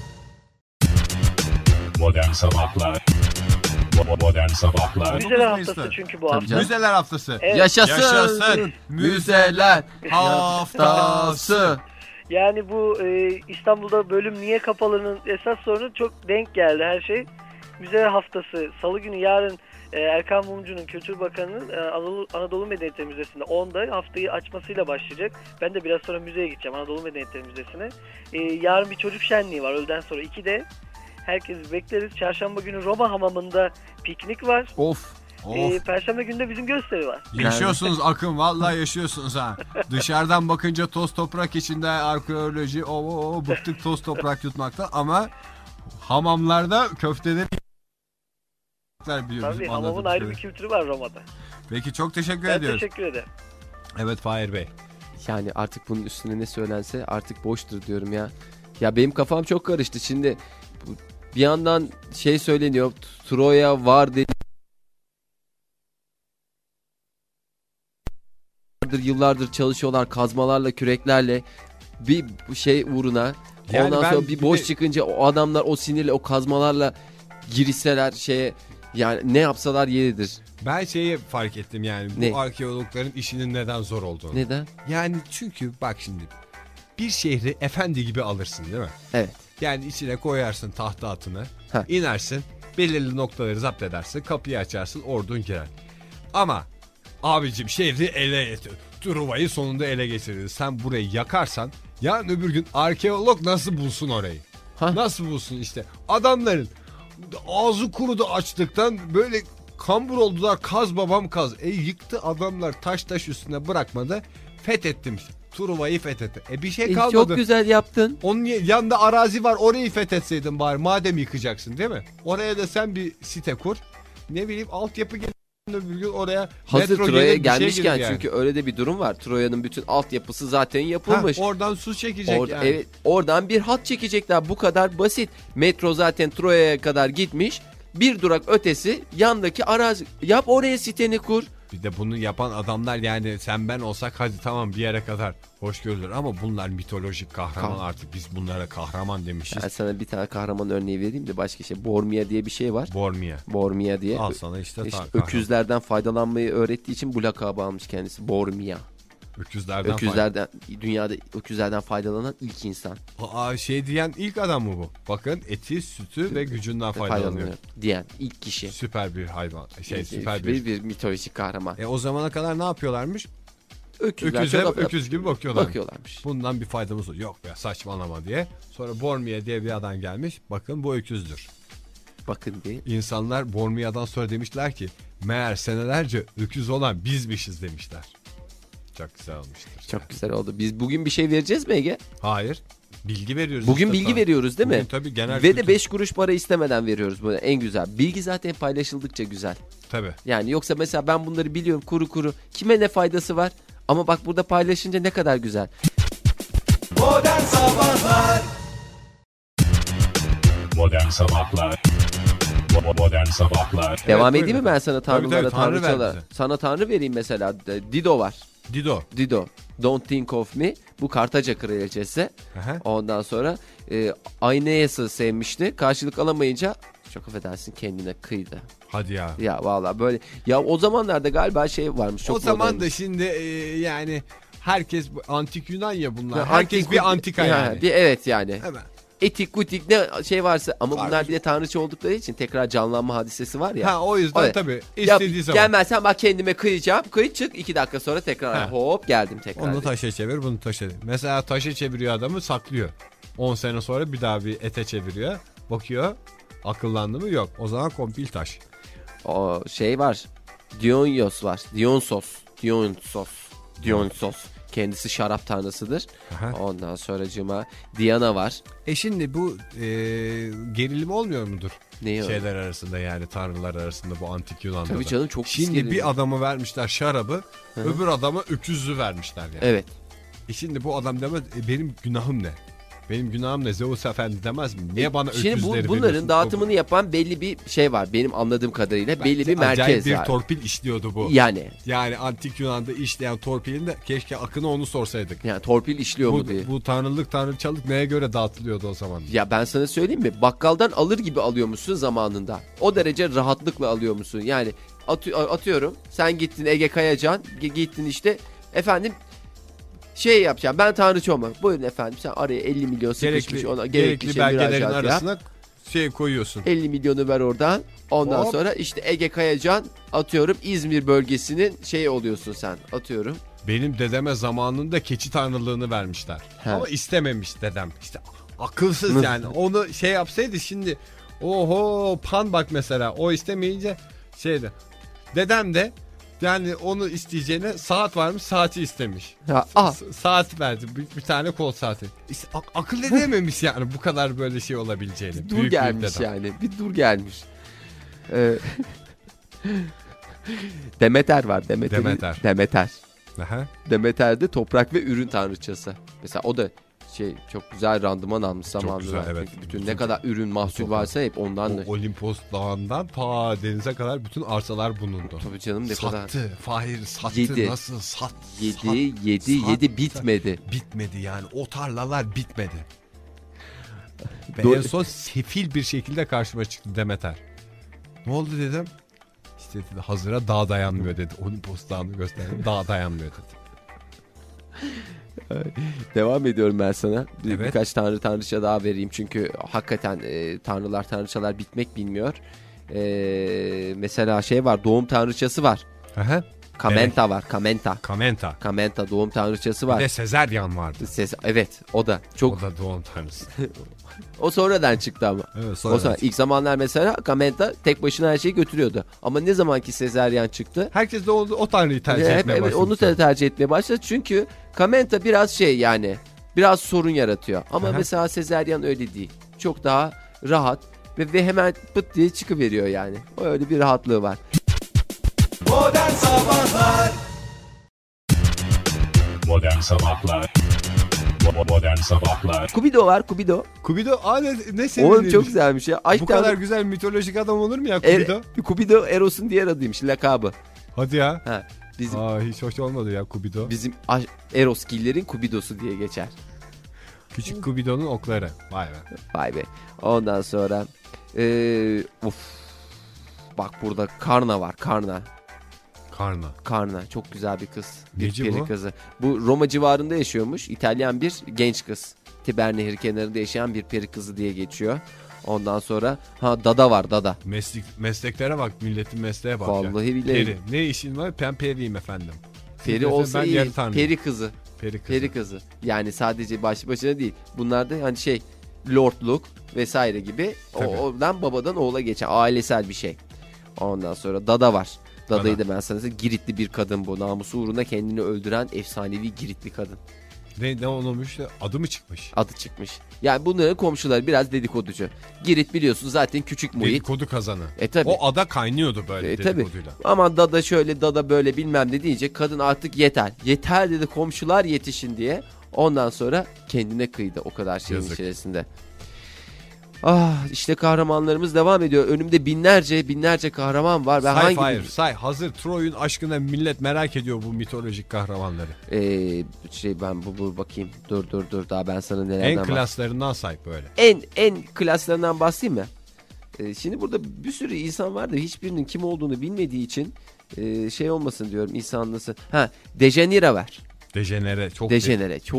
Modern Sabahlar Modern Sabahlar Müzeler Mayıs'ta. haftası çünkü bu Tabii hafta. canım. Müzeler haftası. Evet. Yaşasın. Yaşasın. Müzeler haftası. Yani bu İstanbul'da bölüm niye kapalı'nın esas sorunu çok denk geldi her şey. Müzeler haftası Salı günü yarın Erkan Mumcu'nun Kültür Bakanı'nın Anadolu Medeniyetleri Müzesi'nde 10'da haftayı açmasıyla başlayacak. Ben de biraz sonra müzeye gideceğim, Anadolu Medeniyetleri Müzesi'ne. Yarın bir çocuk şenliği var öğleden sonra 2'de. Herkesi bekleriz. Çarşamba günü Roma Hamamı'nda piknik var. Of. Perşembe günü de bizim gösteri var. Yaşıyorsunuz Akın, vallahi yaşıyorsunuz ha. Dışarıdan bakınca toz toprak içinde arkeoloji, bıktık toz toprak yutmaktan ama hamamlarda köfteleri biliyoruz. Tabii hamamın ayrı bir kültürü var Roma'da. Peki çok teşekkür Ben ediyoruz. teşekkür ederim. Evet Fahir Bey. Yani artık bunun üstüne ne söylense artık boştur diyorum ya. Ya benim kafam çok karıştı. Şimdi bir yandan şey söyleniyor. Troya var dedi. Yıllardır çalışıyorlar kazmalarla, küreklerle bir şey uğruna. Yani ondan ben sonra bir boş bir de- çıkınca o adamlar o sinirle o kazmalarla girişseler şeye, yani ne yapsalar yeridir. Ben şeyi fark ettim yani bu Ne? arkeologların işinin neden zor olduğunu. Neden? Yani çünkü bak şimdi bir şehri efendi gibi alırsın değil mi? Evet. Yani içine koyarsın tahta atını, Heh. inersin, belirli noktaları zapt edersin, kapıyı açarsın, ordun girer. Ama abicim şehri ele getir. Truva'yı sonunda ele geçirdin. Sen burayı yakarsan yarın öbür gün arkeolog nasıl bulsun orayı? Hah. Nasıl bulsun işte? Adamların ağzı kurudu açlıktan, böyle kambur oldular, kaz babam kaz. Yıktı adamlar, taş üstüne bırakmadı. Fethettim. Truva'yı fethetti. Bir şey kalmadı. Çok güzel yaptın. Onun yanında arazi var, orayı fethetseydin bari madem yıkacaksın değil mi? Oraya da sen bir site kur. ne bileyim altyapı gelir bir gün oraya. Hazır metro Troya'ya gelir, bir şey gelmişken gelir yani. çünkü öyle de bir durum var. Troya'nın bütün altyapısı zaten yapılmış. Oradan su çekecek yani. Evet, oradan bir hat çekecekler. Bu kadar basit. Metro zaten Troya'ya kadar gitmiş. Bir durak ötesi yandaki arazi. Yap oraya siteni kur. Bir de bunu yapan adamlar yani sen ben olsak hadi tamam bir yere kadar hoş görülür ama bunlar mitolojik kahraman artık biz bunlara kahraman demişiz. Ben sana bir tane kahraman örneği vereyim de başka şey. Bormia diye bir şey var. Bormia diye. Al sana işte öküzlerden faydalanmayı öğrettiği için bu lakabı almış kendisi. Bormia. Dünyada öküzlerden faydalanan ilk insan. Şey diyen ilk adam mı bu? Bakın eti, sütü ve gücünden faydalanıyor. Diyen ilk kişi. Süper bir hayvan. Süper bir mitolojik kahraman. O zamana kadar ne yapıyorlarmış? Öküze öküz gibi bakıyorlarmış. Bundan bir faydamız yok be saçmalama diye. Sonra Bormia diye bir adam gelmiş. Bakın bu öküzdür. Bakın diye. İnsanlar Bormia'dan sonra demişler ki meğer senelerce öküz olan bizmişiz demişler. Çok güzel olmuştur. Çok güzel oldu. Biz bugün bir şey vereceğiz mi Ege? Hayır. Bilgi veriyoruz. Bugün bilgi veriyoruz değil mi? Bugün tabii genel ve de 5 kuruş para istemeden veriyoruz bunu. En güzel. Bilgi zaten paylaşıldıkça güzel. Tabii. Yani yoksa mesela ben bunları biliyorum kuru kuru. Kime ne faydası var? Ama bak burada paylaşınca ne kadar güzel. Modern Sabahlar Modern Sabahlar Modern Sabahlar Devam edeyim mi ben sana tanrılara Tanrı tanrıçalara? Sana tanrı vereyim mesela. Dido var. Dido. Don't think of me. Bu Kartaca kraliçesi. Aha. Ondan sonra Aeneas'ı sevmişti. Karşılık alamayınca çok affedersin kendine kıydı. Hadi ya. Ya vallahi böyle. Ya o zamanlarda galiba şey varmış. Çok o zaman da şimdi yani herkes antik Yunan ya bunlar. Ya herkes bir antika yani. Evet yani. Hemen. Etik kutik ne şey varsa ama bunlar bir de tanrıça oldukları için tekrar canlanma hadisesi var ya. O yüzden tabii istediği zaman. Gelmezsen bak kendime kıyacağım. Kıy çık 2 dakika sonra tekrar hop geldim tekrar. Onu taşa çevir bunu taşa. Mesela taşa çeviriyor adamı saklıyor. 10 sene sonra bir daha bir ete çeviriyor. Bakıyor akıllandı mı yok. O zaman kompil taş. O şey var. Dionysos. Kendisi şarap tanrısıdır. Aha. Ondan sonracığıma Diana var. Şimdi bu gerilim olmuyor mudur? Şeyler arasında yani tanrılar arasında bu antik Yunan'da. Tabii canım çok Şimdi bir adama vermişler şarabı, öbür adama öküzü vermişler yani. Evet. Şimdi bu adam demez benim günahım ne? Benim günahım ne? Zeus Efendi demez mi? Niye bana öküzleri veriyorsun? Şimdi bunların dağıtımını yapan belli bir şey var. Benim anladığım kadarıyla belli bir merkez var. Acayip bir torpil işliyordu bu. Yani antik Yunan'da işleyen torpilin de keşke akını onu sorsaydık. Yani torpil işliyor mu diye. Bu tanrıçalık neye göre dağıtılıyordu o zaman? Ya ben sana söyleyeyim mi? Bakkaldan alır gibi alıyormuşsun zamanında. O derece rahatlıkla alıyormuşsun. Yani atıyorum sen gittin Ege Kayacan gittin işte efendim şey yapacağım ben tanrıça olmam. Buyurun efendim sen araya 50 milyon sıkışmış ona gerekli belgelerin arasına şey koyuyorsun. 50 milyonu ver oradan. Ondan sonra işte Ege Kayacan atıyorum İzmir bölgesinin şey oluyorsun sen atıyorum. Benim dedeme zamanında keçi tanrılığını vermişler. Ama istememiş dedem. İşte akılsız yani. Onu şey yapsaydı şimdi Pan bak mesela o istemeyince şeydi. Dedem de yani onu isteyeceğine saat varmış saati istemiş. Saat verdi bir tane kol saati. İşte, akıl edememiş yani bu kadar böyle şey olabileceğini. Bir dur gelmiş yani bir dur gelmiş. Demeter var Demeter. Aha. Demeter de toprak ve ürün tanrıçası. Mesela o da çok güzel randıman almış zamanında. Çok güzel evet. Bütün ne kadar ürün mahsul varsa hep ondan da. Olimpos dağından ta denize kadar bütün arsalar bulundu. Tabii canım ne kadar. Sattı. Fahir sattı. Nasıl sattı? Yedi bitmedi. Bitmedi yani o tarlalar bitmedi. En son sefil bir şekilde karşıma çıktı Demeter. Ne oldu dedim. İşte dedi, hazıra dağ dayanmıyor dedi. Olimpos dağını gösterdim. Dağ dayanmıyor dedi. Devam ediyorum ben sana. Evet. Birkaç tanrıça daha vereyim. Çünkü hakikaten tanrıçalar bitmek bilmiyor. Mesela şey var. Doğum tanrıçası var. Aha. Kamenta var. Kamenta doğum tanrıçası var. Bir de Sezeryan vardı. Evet o da. O da doğum tanrısı. O sonradan çıktı ama. Evet, o sonra ilk zamanlar mesela Kamenta tek başına her şeyi götürüyordu. Ama ne zaman ki Sezeryan çıktı. Herkes de o tanrıyı tercih etmeye başladı. Onu tercih etmeye başladı. Çünkü Kamenta biraz yani biraz sorun yaratıyor. Ama mesela Sezeryan öyle değil. Çok daha rahat. ve hemen pıt diye çıkıveriyor yani. Öyle bir rahatlığı var. Modern Sabahlar Modern Sabahlar Modern Sabahlar Kubido var, Kubido. Kubido ne Oğlum çok güzelmiş ya. Bu kadar güzel mitolojik adam olur mu ya Kubido? Kubido Eros'un diğer adıymış, lakabı. Hadi ya. Ha, bizim Hiç hoş olmadı ya Kubido. bizim Eroskillerin Kubido'su diye geçer. Küçük Kubido'nun okları. Vay be. Vay be. Ondan sonra bak burada Karna var, Karna. Karna çok güzel bir kız. Bir Neci peri bu? kızı. Bu Roma civarında yaşıyormuş. İtalyan bir genç kız. Tiber Nehri kenarında yaşayan bir peri kızı diye geçiyor. Ondan sonra Dada var, Dada. Mesleklere bak, milletin mesleğe bak. Vallahi ya. billahi. Peri. Ne işin var? Ben periyim efendim. Peri olsa ben iyi. yarı tanrıyım. Peri kızı. Peri kızı. Peri kızı. Yani sadece başlı başına değil. Bunlar da hani lordluk vesaire gibi. Oradan babadan oğula geçen ailesel bir şey. Ondan sonra Dada var. Dada'yı da ben sana söyleyeyim. Giritli bir kadın bu. Namusu uğruna kendini öldüren efsanevi Giritli kadın. Ne olmuş? Adı mı çıkmış? Adı çıkmış. Yani bunların komşuları biraz dedikoducu. Girit biliyorsun zaten küçük muhit. Dedikodu kazanı. Tabii. O ada kaynıyordu böyle dedikoduyla. Ama Dada şöyle, Dada böyle bilmem ne deyince kadın artık yeter. Yeter dedi, komşular yetişin diye. Ondan sonra kendine kıydı o kadar şeyin içerisinde. İşte kahramanlarımız devam ediyor. Önümde binlerce kahraman var. Say. Hazır Troy'un aşkına millet merak ediyor bu mitolojik kahramanları. Ben bu bakayım. Dur daha ben sana nelerden En klaslarından say böyle. En klaslarından bahsedeyim mi? Şimdi burada bir sürü insan var da hiçbirinin kim olduğunu bilmediği için olmasın diyorum, insan nasıl. Dejanira var. Dejenere. Çok.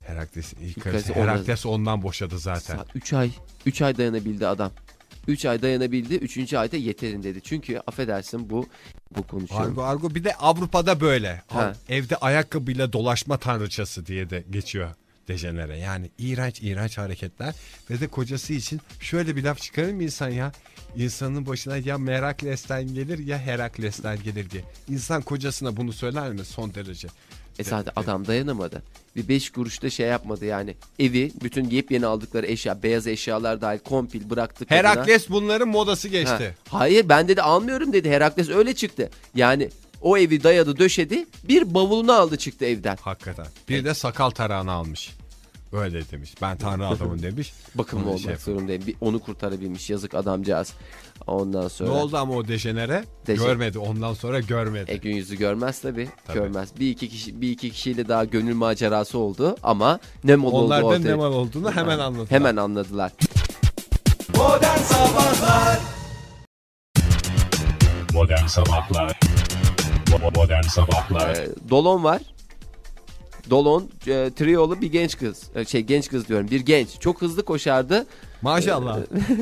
Herakles ondan boşadı zaten. 3 ay dayanabildi adam. 3 ay dayanabildi. 3. ayda yeterin dedi. Çünkü affedersin bu konuşuyorum. Argo bir de Avrupa'da böyle. Evde ayakkabıyla dolaşma tanrıçası diye de geçiyor dejenere. Yani iğrenç hareketler. Ve de kocası için şöyle bir laf çıkarır mı insan ya? İnsanın başına ya Merakles'ten gelir ya Herakles'ten gelir diye. İnsan kocasına bunu söyler mi son derece? Zaten adam dayanamadı. Bir 5 kuruşta yapmadı yani. Evi, bütün yepyeni aldıkları eşya, beyaz eşyalar dahil kompil bıraktı kadına. Herakles bunların modası geçti. Hayır, ben dedi almıyorum dedi. Herakles öyle çıktı. Yani o evi dayadı döşedi, bir bavulunu aldı çıktı evden. Hakikaten. Bir de sakal tarağını almış. Öyle demiş. Ben tanrı adamım demiş. Bakımlı olmak zorundayım. Onu kurtarabilmiş yazık adamcağız. Ondan sonra. Ne oldu ama o dejenere? Görmedi. Ondan sonra görmedi. Gün yüzü görmez tabii. Görmez. Bir iki kişiyle daha gönül macerası oldu ama ne mal oldu ortaya. Onlar da ne mal olduğunu hemen anladılar. Modern Sabahlar Modern Sabahlar Modern Sabahlar Dolon var. Dolon triyolu bir genç kız. Genç kız diyorum. Bir genç. Çok hızlı koşardı. Maşallah.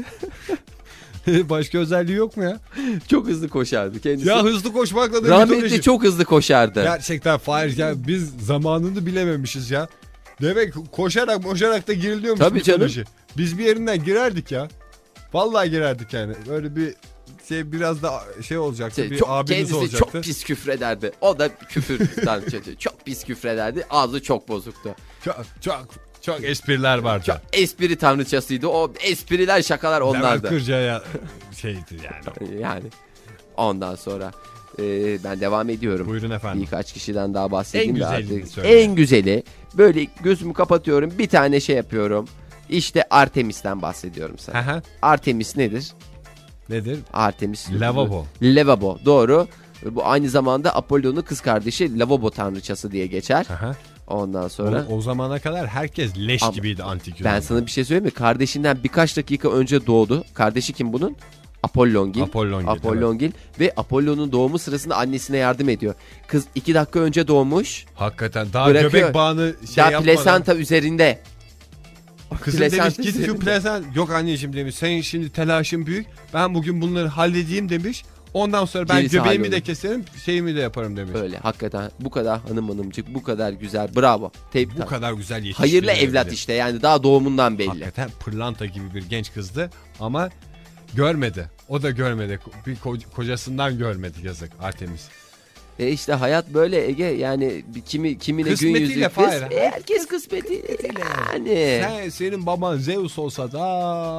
Başka özelliği yok mu ya? Çok hızlı koşardı kendisi. Ya hızlı koşmakla da rahmetli çok hızlı koşardı. Gerçekten Fahir ya, biz zamanını bilememişiz ya. Demek koşarak da giriliyormuş. Tabii canım. Biz bir yerinden girerdik ya. Vallahi girerdik yani. Öyle bir biraz da olacaktı. Bir abimiz kendisi olacaktı. Çok pis küfrederdi. O da küfürden çok pis küfrederdi. Ağzı çok bozuktu. Çok espriler vardı. Çok espri tanrıçasıydı. O espriler, şakalar onlardı. Levent Kırca'ya yani. Yani ondan sonra ben devam ediyorum. Buyurun efendim. Birkaç kişiden daha bahsedeyim de artık. Söyle. En güzeli, böyle gözümü kapatıyorum, bir tane yapıyorum. İşte Artemis'ten bahsediyorum sana. Artemis nedir? Artemis. Lavabo. Doğru. Bu aynı zamanda Apollon'un kız kardeşi, lavabo tanrıçası diye geçer. Ondan sonra. O zamana kadar herkes leş gibiydi antik Yunan'da. Ben sana bir şey söyleyeyim mi? Kardeşinden birkaç dakika önce doğdu. Kardeşi kim bunun? Apollongil. Evet. Ve Apollon'un doğumu sırasında annesine yardım ediyor. Kız 2 dakika önce doğmuş. Hakikaten daha göbek bağını yapmadan. Plasenta üzerinde. Kızım demiş git şu plasenta. Yok anneciğim demiş, senin şimdi telaşın büyük. Ben bugün bunları halledeyim demiş. Ondan sonra ben göbeğimi de keserim, şeyimi de yaparım demiş. Öyle hakikaten, bu kadar hanımcık, bu kadar güzel, bravo. Bu kadar güzel yetişti. Hayırlı evlat işte, yani daha doğumundan belli. Hakikaten pırlanta gibi bir genç kızdı ama görmedi. O da görmedi. Bir kocasından görmedi, yazık Artemis. İşte hayat böyle Ege, yani kimine gün yüzü kız. Herkes kısmetiyle yani. Senin baban Zeus olsa da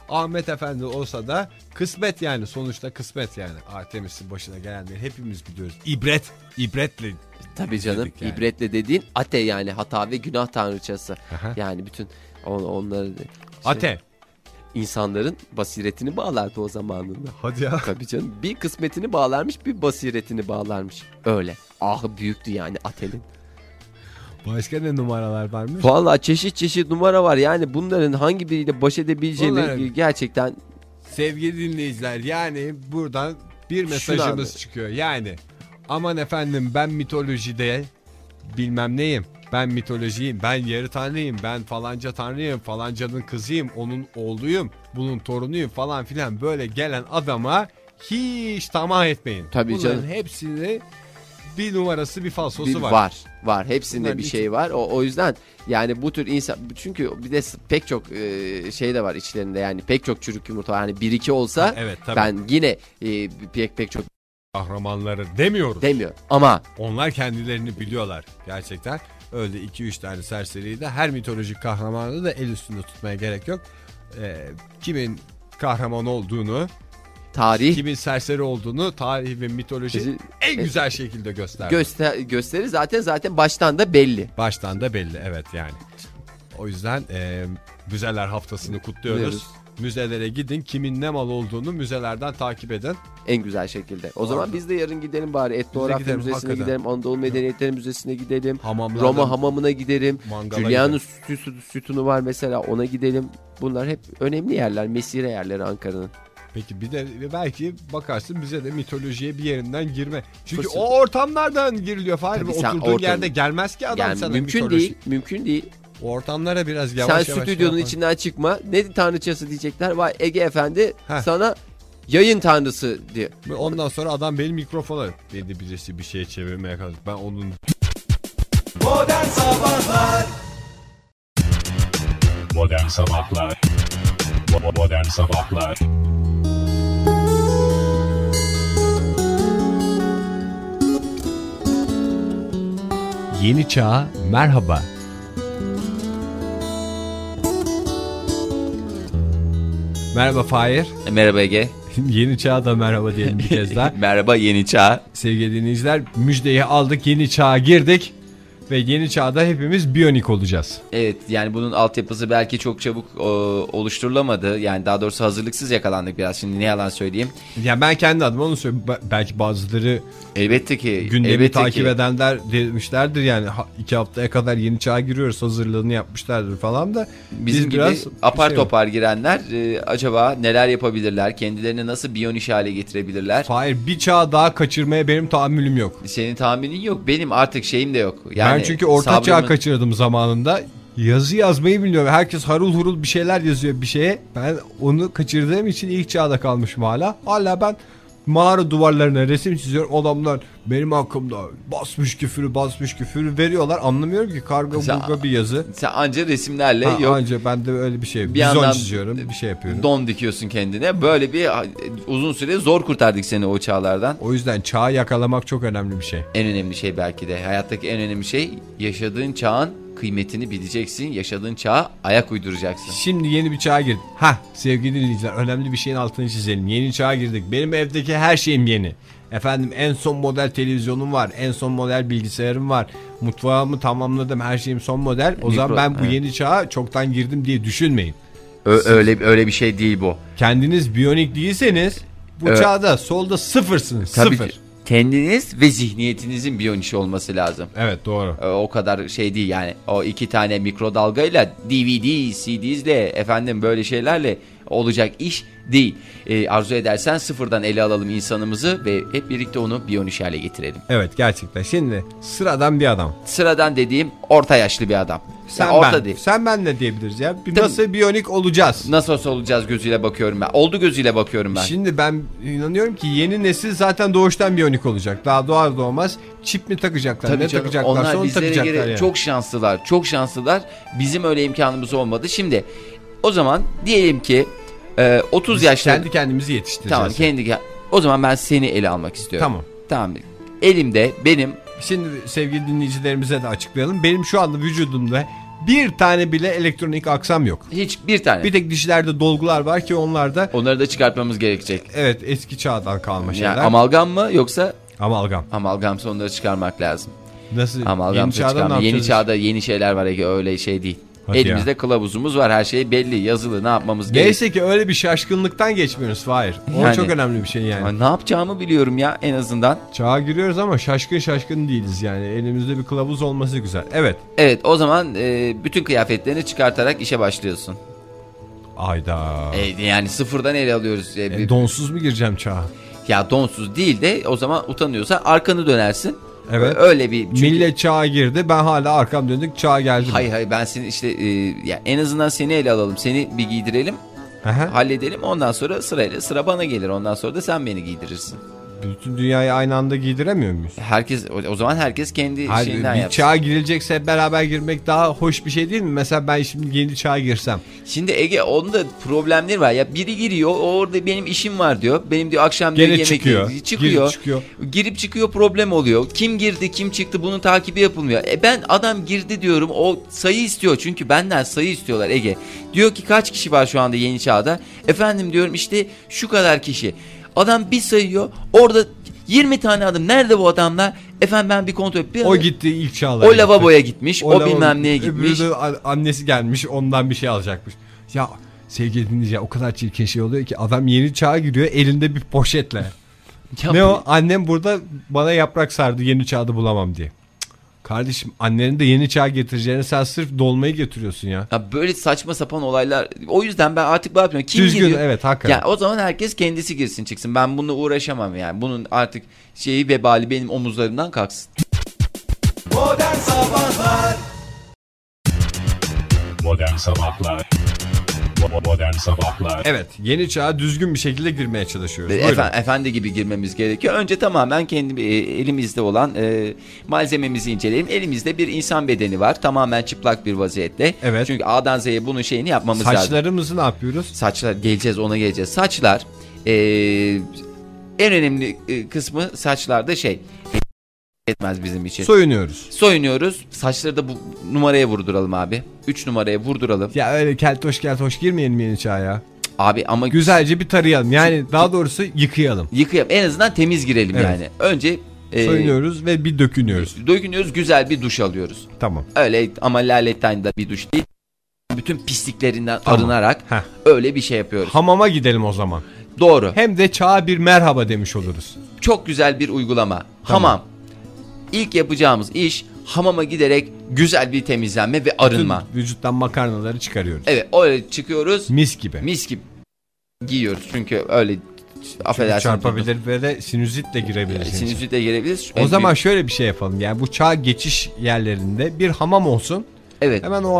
Ahmet Efendi olsa da kısmet yani, sonuçta kısmet yani. Artemis'in başına gelenleri hepimiz biliyoruz. İbretle. Tabii canım, yani. ibretle dediğin Ate, yani hata ve günah tanrıçası. Aha. Yani bütün onları Ate. insanların basiretini bağlardı o zamanında. Hadi ya. Tabii canım, bir kısmetini bağlarmış, bir basiretini bağlarmış. Öyle. Ah, büyüktü yani Ate'nin. Başka ne numaralar varmış? Vallahi çeşit çeşit numara var. Yani bunların hangi biriyle baş edebileceğimi gerçekten... Sevgili dinleyiciler, yani buradan bir mesajımız çıkıyor. Yani aman efendim, ben mitolojide bilmem neyim. Ben mitolojiyim, ben yarı tanrıyım, ben falanca tanrıyım, falancanın kızıyım, onun oğluyum, bunun torunuyum falan filan, böyle gelen adama hiç tamah etmeyin. Tabii bunların canım. hepsini bir numarası, bir falsosu var. Var. Hepsinde Bunların bir şey var. O yüzden yani bu tür insan, çünkü bir de pek çok şey de var içlerinde, yani pek çok çürük yumurta var. Yani bir iki olsa Evet, tabii. ben yine pek çok Kahramanları demiyoruz. demiyor. Ama Onlar kendilerini biliyorlar gerçekten. Öyle 2-3 tane serseriyi de her mitolojik kahramanı da el üstünde tutmaya gerek yok. Kimin kahraman olduğunu, tarih kimin serseri olduğunu tarih ve mitoloji en güzel şekilde gösterir zaten baştan da belli. Baştan da belli, evet yani. O yüzden müzeler haftasını kutluyoruz. Müzelere gidin, kimin ne mal olduğunu müzelerden takip edin. En güzel şekilde. O zaman biz de yarın gidelim bari. Etnografya gidelim, Müzesi'ne hakikaten. gidelim. Anadolu Medeniyetleri Müzesi'ne gidelim. Hamamlardan- Roma hamamına gidelim. Mangala Julianus sütunu var mesela, ona gidelim. Bunlar hep önemli yerler. Mesire yerleri Ankara'nın. Peki bir de belki bakarsın bize de mitolojiye bir yerinden girme. Çünkü Fırsat. o ortamlardan giriliyor. Fahir, Tabii sen oturduğun ortam- yerde gelmez ki adam Yani sana mümkün mitoloji. değil. Mümkün değil. O ortamlara biraz yavaş Sen yavaş stüdyonun yapar. içinden çıkma. Ne tanrıçası diyecekler. Vay Ege Efendi Heh. sana yayın tanrısı diye. Ondan sonra adam benim mikrofona dedi, birisi bir şey çevirmeye kalktı. Ben onun... Modern Sabahlar Modern Sabahlar Yeni çağa merhaba. Merhaba Fahir. Merhaba Ege. Yeni çağa da merhaba diyelim bir kez daha. Merhaba Yeni Çağ. Sevgili dinleyiciler, müjdeyi aldık, yeni çağa girdik. Ve yeni çağda hepimiz biyonik olacağız. Evet, yani bunun altyapısı belki çok çabuk oluşturulamadı. Yani daha doğrusu hazırlıksız yakalandık biraz. Şimdi ne yalan söyleyeyim. Yani ben kendi adıma onu söyleyeyim. Belki bazıları Elbette ki. gündemi elbette takip ki. edenler demişlerdir yani 2 haftaya kadar yeni çağa giriyoruz, hazırlığını yapmışlardır falan da. Bizim biz gibi biraz apar şey topar girenler acaba neler yapabilirler? Kendilerini nasıl biyoniş hale getirebilirler? Hayır, bir çağ daha kaçırmaya benim tahammülüm yok. Senin tahminin yok. Benim artık şeyim de yok. Yani ben çünkü orta çağ sabrımın- kaçırdım zamanında. Yazı yazmayı bilmiyorum. Herkes harul hurul bir şeyler yazıyor bir şeye. Ben onu kaçırdığım için ilk çağda kalmışım hala. Hala ben mağara duvarlarına resim çiziyorum. Adamlar benim hakkımda basmış küfürü veriyorlar. Anlamıyorum ki, karga Sen- burga bir yazı. Sen anca resimlerle Ha, yok. anca ben de öyle bir şey. Bir Bizon yandan çiziyorum, bir şey yapıyorum. Don dikiyorsun kendine. Böyle bir uzun süre zor kurtardık seni o çağlardan. O yüzden çağı yakalamak çok önemli bir şey. En önemli şey belki de hayattaki en önemli şey, yaşadığın çağın kıymetini bileceksin. Yaşadığın çağa ayak uyduracaksın. Şimdi yeni bir çağa girdik. Sevgili dinleyiciler, önemli bir şeyin altını çizelim. Yeni çağa girdik. Benim evdeki her şeyim yeni. Efendim, en son model televizyonum var. En son model bilgisayarım var. Mutfağımı tamamladım. Her şeyim son model. O zaman ben bu yeni çağa çoktan girdim diye düşünmeyin. Öyle bir şey değil bu. Kendiniz biyonik değilseniz bu Evet. çağda solda sıfırsınız. Tabii Sıfır. ki. Kendiniz ve zihniyetinizin biyonişi olması lazım. Evet, doğru. O kadar şey değil yani. O 2 tane mikrodalgayla, DVD, CD'sle, efendim böyle şeylerle olacak iş değil. Arzu edersen sıfırdan ele alalım insanımızı ve hep birlikte onu biyoniş hale getirelim. Evet, gerçekten. Şimdi sıradan bir adam. Sıradan dediğim orta yaşlı bir adam. Sen Yani orta ben. değil. Sen ben ne diyebiliriz ya? Tabii. Nasıl biyonik olacağız? Nasıl olsa olacağız gözüyle bakıyorum ben. Oldu gözüyle bakıyorum ben. Şimdi ben inanıyorum ki yeni nesil zaten doğuştan biyonik olacak. Daha doğar doğmaz çip mi takacaklar, Tabii ne canım, takacaklarsa onlar onu bizlere takacaklar göre yani. çok şanslılar. Çok şanslılar. Bizim öyle imkanımız olmadı. Şimdi o zaman diyelim ki 30 Biz yaşta kendi kendimizi yetiştireceğiz. tamam o zaman ben seni ele almak istiyorum. Tamam. Elimde benim Şimdi sevgili dinleyicilerimize de açıklayalım. Benim şu anda vücudumda bir tane bile elektronik aksam yok. Hiç bir tane. Bir tek dişlerde dolgular var ki Onları da çıkartmamız gerekecek. evet, eski çağdan kalma şeyler. Yani amalgam mı yoksa? Amalgam. Amalgamsa onları çıkarmak lazım. Nasıl? Amalgamsa çıkarmak. Yeni çağda yeni şeyler var Ege, öyle şey değil. Hadi Elimizde kılavuzumuz var, her şey belli, yazılı, ne yapmamız gerekiyor. Neyse ki öyle bir şaşkınlıktan geçmiyoruz Fahir. O Yani- çok önemli bir şey yani. Ama ne yapacağımı biliyorum ya en azından. Çağa giriyoruz ama şaşkın değiliz yani. Elimizde bir kılavuz olması güzel. Evet. Evet, o zaman bütün kıyafetlerini çıkartarak işe başlıyorsun. Ayda. Yani sıfırdan ele alıyoruz. Donsuz mu gireceğim çağa? Ya donsuz değil de o zaman utanıyorsan arkanı dönersin. Evet. Öyle bir. Çünkü... Millet çağa girdi. Ben hala arkam döndük. Çağa geldi. Hayır ben seni işte ya en azından seni ele alalım. Seni bir giydirelim. Aha. Halledelim. Ondan sonra sıra bana gelir. Ondan sonra da sen beni giydirirsin. Bütün dünyayı aynı anda giydiremiyor muyuz? O zaman herkes kendi Hayır, şeyinden bir yapsın. çağa girilecekse hep beraber girmek daha hoş bir şey değil mi? Mesela ben şimdi yeni çağa girsem. Şimdi Ege, onun da problemleri var. Ya biri giriyor, orada benim işim var diyor. Benim diyor akşam diyor Gene yemek çıkıyor. çıkıyor. Girip çıkıyor, problem oluyor. Kim girdi, kim çıktı, bunun takibi yapılmıyor. Ben adam girdi diyorum. O sayı istiyor. Çünkü benden sayı istiyorlar Ege. Diyor ki kaç kişi var şu anda yeni çağda? Efendim diyorum işte şu kadar kişi. Adam bir sayıyor. Orada 20 tane adım. Nerede bu adamlar? Efendim ben bir kontrol O gitti ilk çağlara. O lavaboya gitmiş. O bilmem neye gitmiş. Öbürü de annesi gelmiş, ondan bir şey alacakmış. Ya sevgili dinleyici, o kadar çirkin şey oluyor ki adam yeni çağa giriyor elinde bir poşetle. Ya ne o? Annem burada bana yaprak sardı yeni çağda bulamam diye. Kardeşim, annenin de yeni çağ getireceğini sen sırf dolmayı getiriyorsun ya. Ya böyle saçma sapan olaylar. O yüzden ben artık bakmıyorum. Kim Düzgün, giriyor? evet, hakikaten. Ya o zaman herkes kendisi girsin çıksın. Ben bununla uğraşamam yani. Bunun artık vebali benim omuzlarımdan kalksın. Modern Sabahlar. Modern Sabahlar. Modern Sabahlar. Evet, yeni çağa düzgün bir şekilde girmeye çalışıyoruz. Efendi gibi girmemiz gerekiyor. Önce tamamen kendi elimizde olan malzememizi inceleyelim. Elimizde bir insan bedeni var. Tamamen çıplak bir vaziyette. Evet. Çünkü A'dan Z'ye bunun şeyini yapmamız lazım. Saçlarımızı ne yapıyoruz? Saçlar, ona geleceğiz. Saçlar en önemli kısmı saçlarda etmez bizim için. Soyunuyoruz. Saçları da bu numaraya vurduralım abi. 3 numaraya vurduralım. Ya öyle keltoş girmeyelim yeni çağa ya. Abi ama güzelce bir tarayalım. Yani daha doğrusu yıkayalım. En azından temiz girelim yani. Önce soyunuyoruz ve bir dökünüyoruz. Güzel bir duş alıyoruz. Tamam. Öyle ama laletten de bir duş değil. Bütün pisliklerinden arınarak öyle bir şey yapıyoruz. Hamama gidelim o zaman. Doğru. Hem de çağa bir merhaba demiş oluruz. Çok güzel bir uygulama. Tamam. Hamam. İlk yapacağımız iş hamama giderek güzel bir temizlenme ve arınma. Bütün vücuttan makarnaları çıkarıyoruz. Evet, öyle çıkıyoruz. Mis gibi giyiyoruz çünkü öyle affedersin. Çarpabilir ve de sinüzitle girebiliriz. Sinüzitle girebiliriz. O zaman şöyle bir şey yapalım. Yani bu çağ geçiş yerlerinde bir hamam olsun. Evet. Hemen o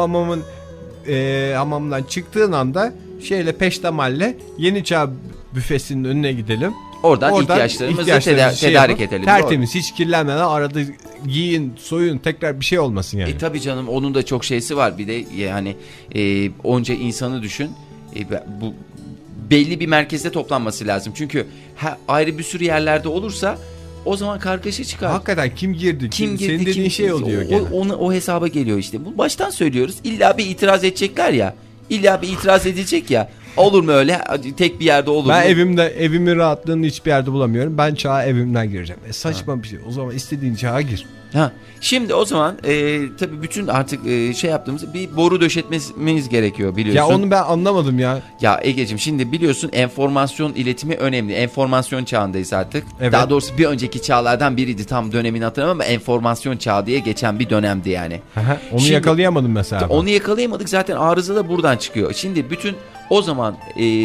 hamamdan çıktığın anda peştemalle yeni çağ büfesinin önüne gidelim. Oradan ihtiyaçlarımızı tedarik edelim. Tertemiz, hiç kirlenmeden arada giyin, soyun, tekrar bir şey olmasın yani. Tabii canım, onun da çok şeysi var. Bir de yani onca insanı düşün. Bu belli bir merkezde toplanması lazım. Çünkü ayrı bir sürü yerlerde olursa o zaman kargaşa çıkar. Hakikaten kim girdi? Senin dediğin şey oluyor gene. O hesaba geliyor işte. Bu baştan söylüyoruz. İlla bir itiraz edecekler ya. İlla bir itiraz edilecek ya. Olur mu öyle? Tek bir yerde olur mu? Ben evimin rahatlığını hiçbir yerde bulamıyorum. Ben çağa evimden gireceğim. Saçma bir şey. O zaman istediğin çağa gir. Şimdi o zaman tabii bütün artık yaptığımız bir boru döşetmemiz gerekiyor, biliyorsun. Ya onu ben anlamadım ya. Ya Egeciğim, şimdi biliyorsun enformasyon iletimi önemli. Enformasyon çağındayız artık. Evet. Daha doğrusu bir önceki çağlardan biriydi, tam dönemini hatırlamam ama enformasyon çağı diye geçen bir dönemdi yani. Onu şimdi, yakalayamadım mesela. Onu yakalayamadık, zaten arıza da buradan çıkıyor. Şimdi bütün o zaman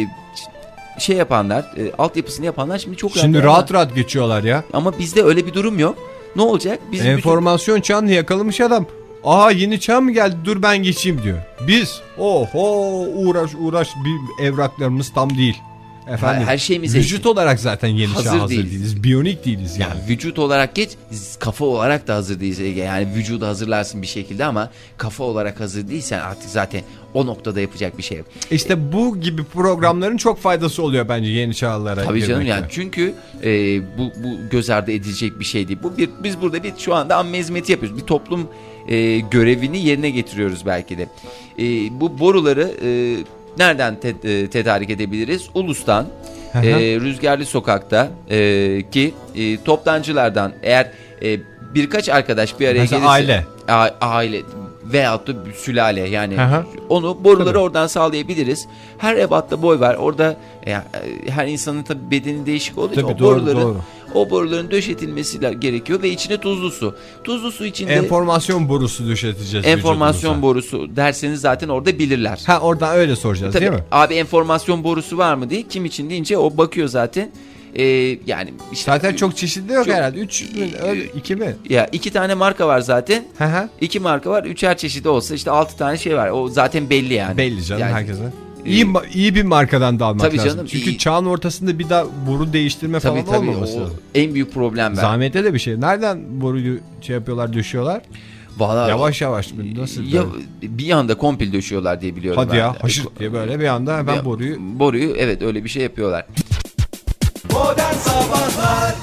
yapanlar, altyapısını yapanlar şimdi çok rahat geçiyorlar ya. Ama bizde öyle bir durum yok. Ne olacak? Enformasyon çağını yakalamış adam. Aha, yeni çağ mı geldi, dur ben geçeyim diyor. Biz uğraş bir evraklarımız tam değil. Efendim, her şeyimiz vücut olarak zaten yeni çağa hazır değiliz. Biyonik değiliz yani. Vücut olarak geç, kafa olarak da hazır değiliz. Yani vücudu hazırlarsın bir şekilde ama kafa olarak hazır değilsen artık zaten o noktada yapacak bir şey yok. İşte bu gibi programların çok faydası oluyor bence yeni çağlara. Tabii canım, yani çünkü bu göz ardı edilecek bir şey değil. Biz burada şu anda amme hizmeti yapıyoruz. Bir toplum görevini yerine getiriyoruz belki de. Bu boruları nereden tedarik edebiliriz? Ulus'tan, Rüzgarlı Sokak'ta ki toptancılardan, eğer birkaç arkadaş bir araya mesela gelirse. aile. Aile veyahut da sülale, yani onu boruları oradan sağlayabiliriz. Her ebatta boy var. Orada her insanın tabii bedeni değişik olduğu için o boruların döşetilmesi gerekiyor ve içine tuzlu su. Tuzlu su içinde enformasyon borusu döşeteceğiz. Enformasyon borusu derseniz zaten orada bilirler. Oradan öyle soracağız, tabii, değil mi? Abi enformasyon borusu var mı diye, kim için deyince o bakıyor zaten. Yani işte, zaten çok çeşitli yok herhalde. 3 mü? 2 mi? Ya 2 tane marka var zaten. 2 marka var. 3'er çeşidi olsa işte 6 tane şey var. O zaten belli yani. Belli canım, yani, herkese. İyi bir markadan da almak tabii lazım. Canım, çünkü çağın ortasında bir daha boru değiştirme falan olmaması lazım. En büyük problem. Zahmete de bir şey. Nereden boruyu yapıyorlar, düşüyorlar? Vallahi yavaş nasıl? Bir anda komple döşüyorlar diye biliyorum. Hadi ya, haşır diye böyle bir anda hemen boruyu evet, öyle bir şey yapıyorlar. Modern Sabahlar.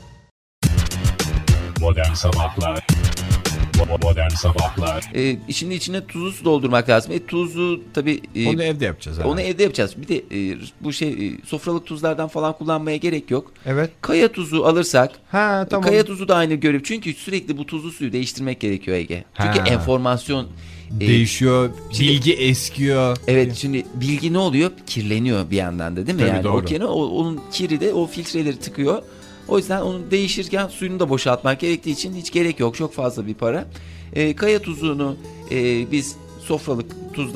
Modern Sabahlar. Modern Sabahlar. Şimdi içine tuzlu su doldurmak lazım. Tuzlu tabii. Onu evde yapacağız. Onu evde yapacağız. Bir de bu sofralık tuzlardan falan kullanmaya gerek yok. Evet. Kaya tuzu alırsak. Tamam. Kaya tuzu da aynı görev. Çünkü sürekli bu tuzlu suyu değiştirmek gerekiyor Ege. Çünkü enformasyon değişiyor, bilgi eskiyor. Evet, şimdi bilgi ne oluyor? Kirleniyor bir yandan da, değil mi? Tabii, yani doğru. onun kiri de o filtreleri tıkıyor. O yüzden onu değişirken suyunu da boşaltmak gerektiği için hiç gerek yok. Çok fazla bir para. Kaya tuzunu biz sofralık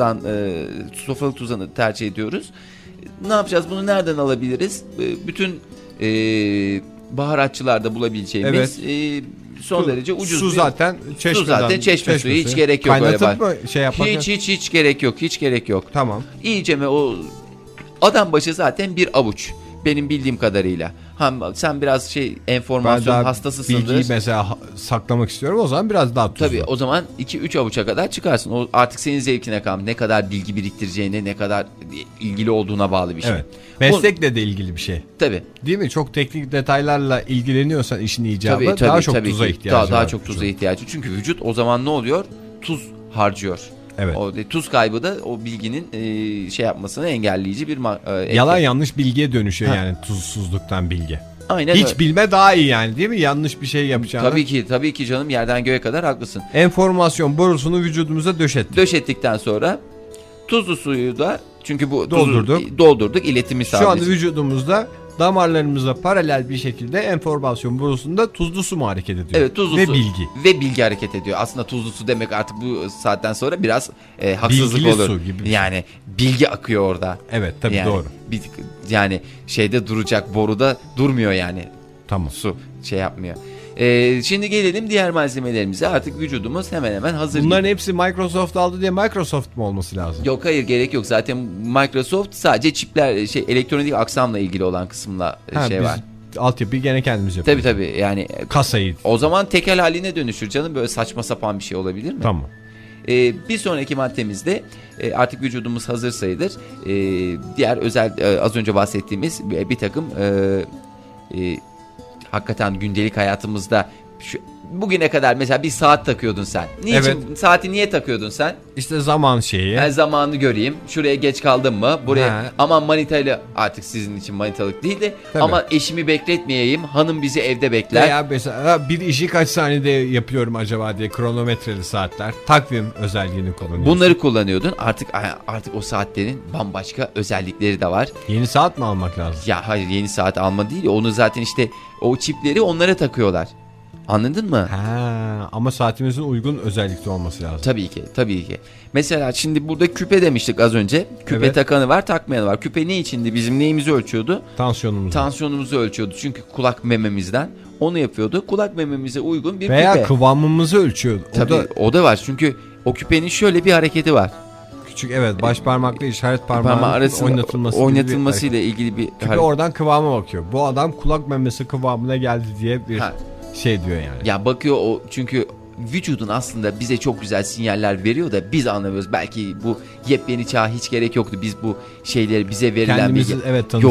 tuzdan tercih ediyoruz. Ne yapacağız? Bunu nereden alabiliriz? Bütün baharatçılarda bulabileceğimiz son derece ucuz. Su zaten çeşme suyu, hiç gerek yok. Kaynatıp mı yapmak? Hiç gerek yok. Hiç gerek yok. Tamam. İyice o adam başı zaten bir avuç. Benim bildiğim kadarıyla. Sen biraz enformasyon hastasısındır. Bilgiyi mesela saklamak istiyorum, o zaman biraz daha tuzlu. Tabii, o zaman 2-3 avuça kadar çıkarsın. O artık senin zevkine kalmış. Ne kadar bilgi biriktireceğine, ne kadar ilgili olduğuna bağlı bir şey. Evet. Meslekle de ilgili bir şey. Tabii. Değil mi? Çok teknik detaylarla ilgileniyorsan işin icabı daha çok tuza ihtiyacı var. Daha çok tuza ihtiyacı. Çünkü vücut o zaman ne oluyor? Tuz harcıyor. Evet. O tuz kaybı da o bilginin yapmasını engelleyici bir yalan yanlış bilgiye dönüşüyor yani tuzsuzluktan bilgi. Aynen. Hiç bilme daha iyi yani, değil mi? Yanlış bir şey yapacağını. Tabii ki canım, yerden göğe kadar haklısın. Enformasyon borusunu vücudumuza döşettik. Döşettikten sonra tuzlu suyu da, çünkü bu doldurduk, iletimi sağlayacak. Şu anda vücudumuzda damarlarımıza paralel bir şekilde enformasyon borusunda tuzlu su mu hareket ediyor? Evet, tuzlu ve su bilgi. Ve bilgi hareket ediyor. Aslında tuzlu su demek artık bu saatten sonra biraz haksızlık bilgili olur. Su gibi. Yani bilgi akıyor orada. Evet, tabii yani, doğru. Yani duracak, boruda durmuyor yani. Tamam. Su yapmıyor. Şimdi gelelim diğer malzemelerimize. Artık vücudumuz hemen hemen hazır. Bunların hepsi Microsoft aldı diye Microsoft mu olması lazım? Yok, hayır, gerek yok. Zaten Microsoft sadece çipler, elektronik aksamla ilgili olan kısımla var. Altyapıyı gene kendimiz yapıyoruz. Tabii yani. Kasayı. O zaman tekel haline dönüşür canım. Böyle saçma sapan bir şey olabilir mi? Tamam. Bir sonraki maddemizde artık vücudumuz hazır sayılır. Diğer özel az önce bahsettiğimiz bir takım hakikaten gündelik hayatımızda bugüne kadar mesela bir saat takıyordun sen. Niçin? Evet. Saati niye takıyordun sen? İşte zaman şeyi. Ben zamanını göreyim. Şuraya geç kaldım mı? Buraya aman manitayla, artık sizin için manitalık değil de ama eşimi bekletmeyeyim. Hanım bizi evde bekler. Veya mesela bir işi kaç saniyede yapıyorum acaba diye kronometreli saatler. Takvim özelliğini kullanıyorsun. Bunları kullanıyordun. Artık o saatlerin bambaşka özellikleri de var. Yeni saat mi almak lazım? Ya hayır, yeni saat alma değil. Onu zaten işte o çipleri onlara takıyorlar. Anladın mı? Ama saatimizin uygun özellikli olması lazım. Tabii ki. Mesela şimdi burada küpe demiştik az önce. Küpe takanı var, takmayanı var. Küpe ne içindi? Bizim neyimizi ölçüyordu? Tansiyonumuzu ölçüyordu. Çünkü kulak mememizden onu yapıyordu. Kulak mememize uygun bir küpe. Veya kıvamımızı ölçüyordu. O da var. Çünkü o küpenin şöyle bir hareketi var. Küçük, baş parmakla işaret parmağının arasında oynatılması ile ilgili bir hareket. Oradan kıvama bakıyor. Bu adam kulak memesi kıvamına geldi diye bir şey diyor yani. Ya bakıyor o, çünkü vücudun aslında bize çok güzel sinyaller veriyor da biz anlamıyoruz. Belki bu yepyeni çağa hiç gerek yoktu. Biz bu şeyleri, bize verilen bilgi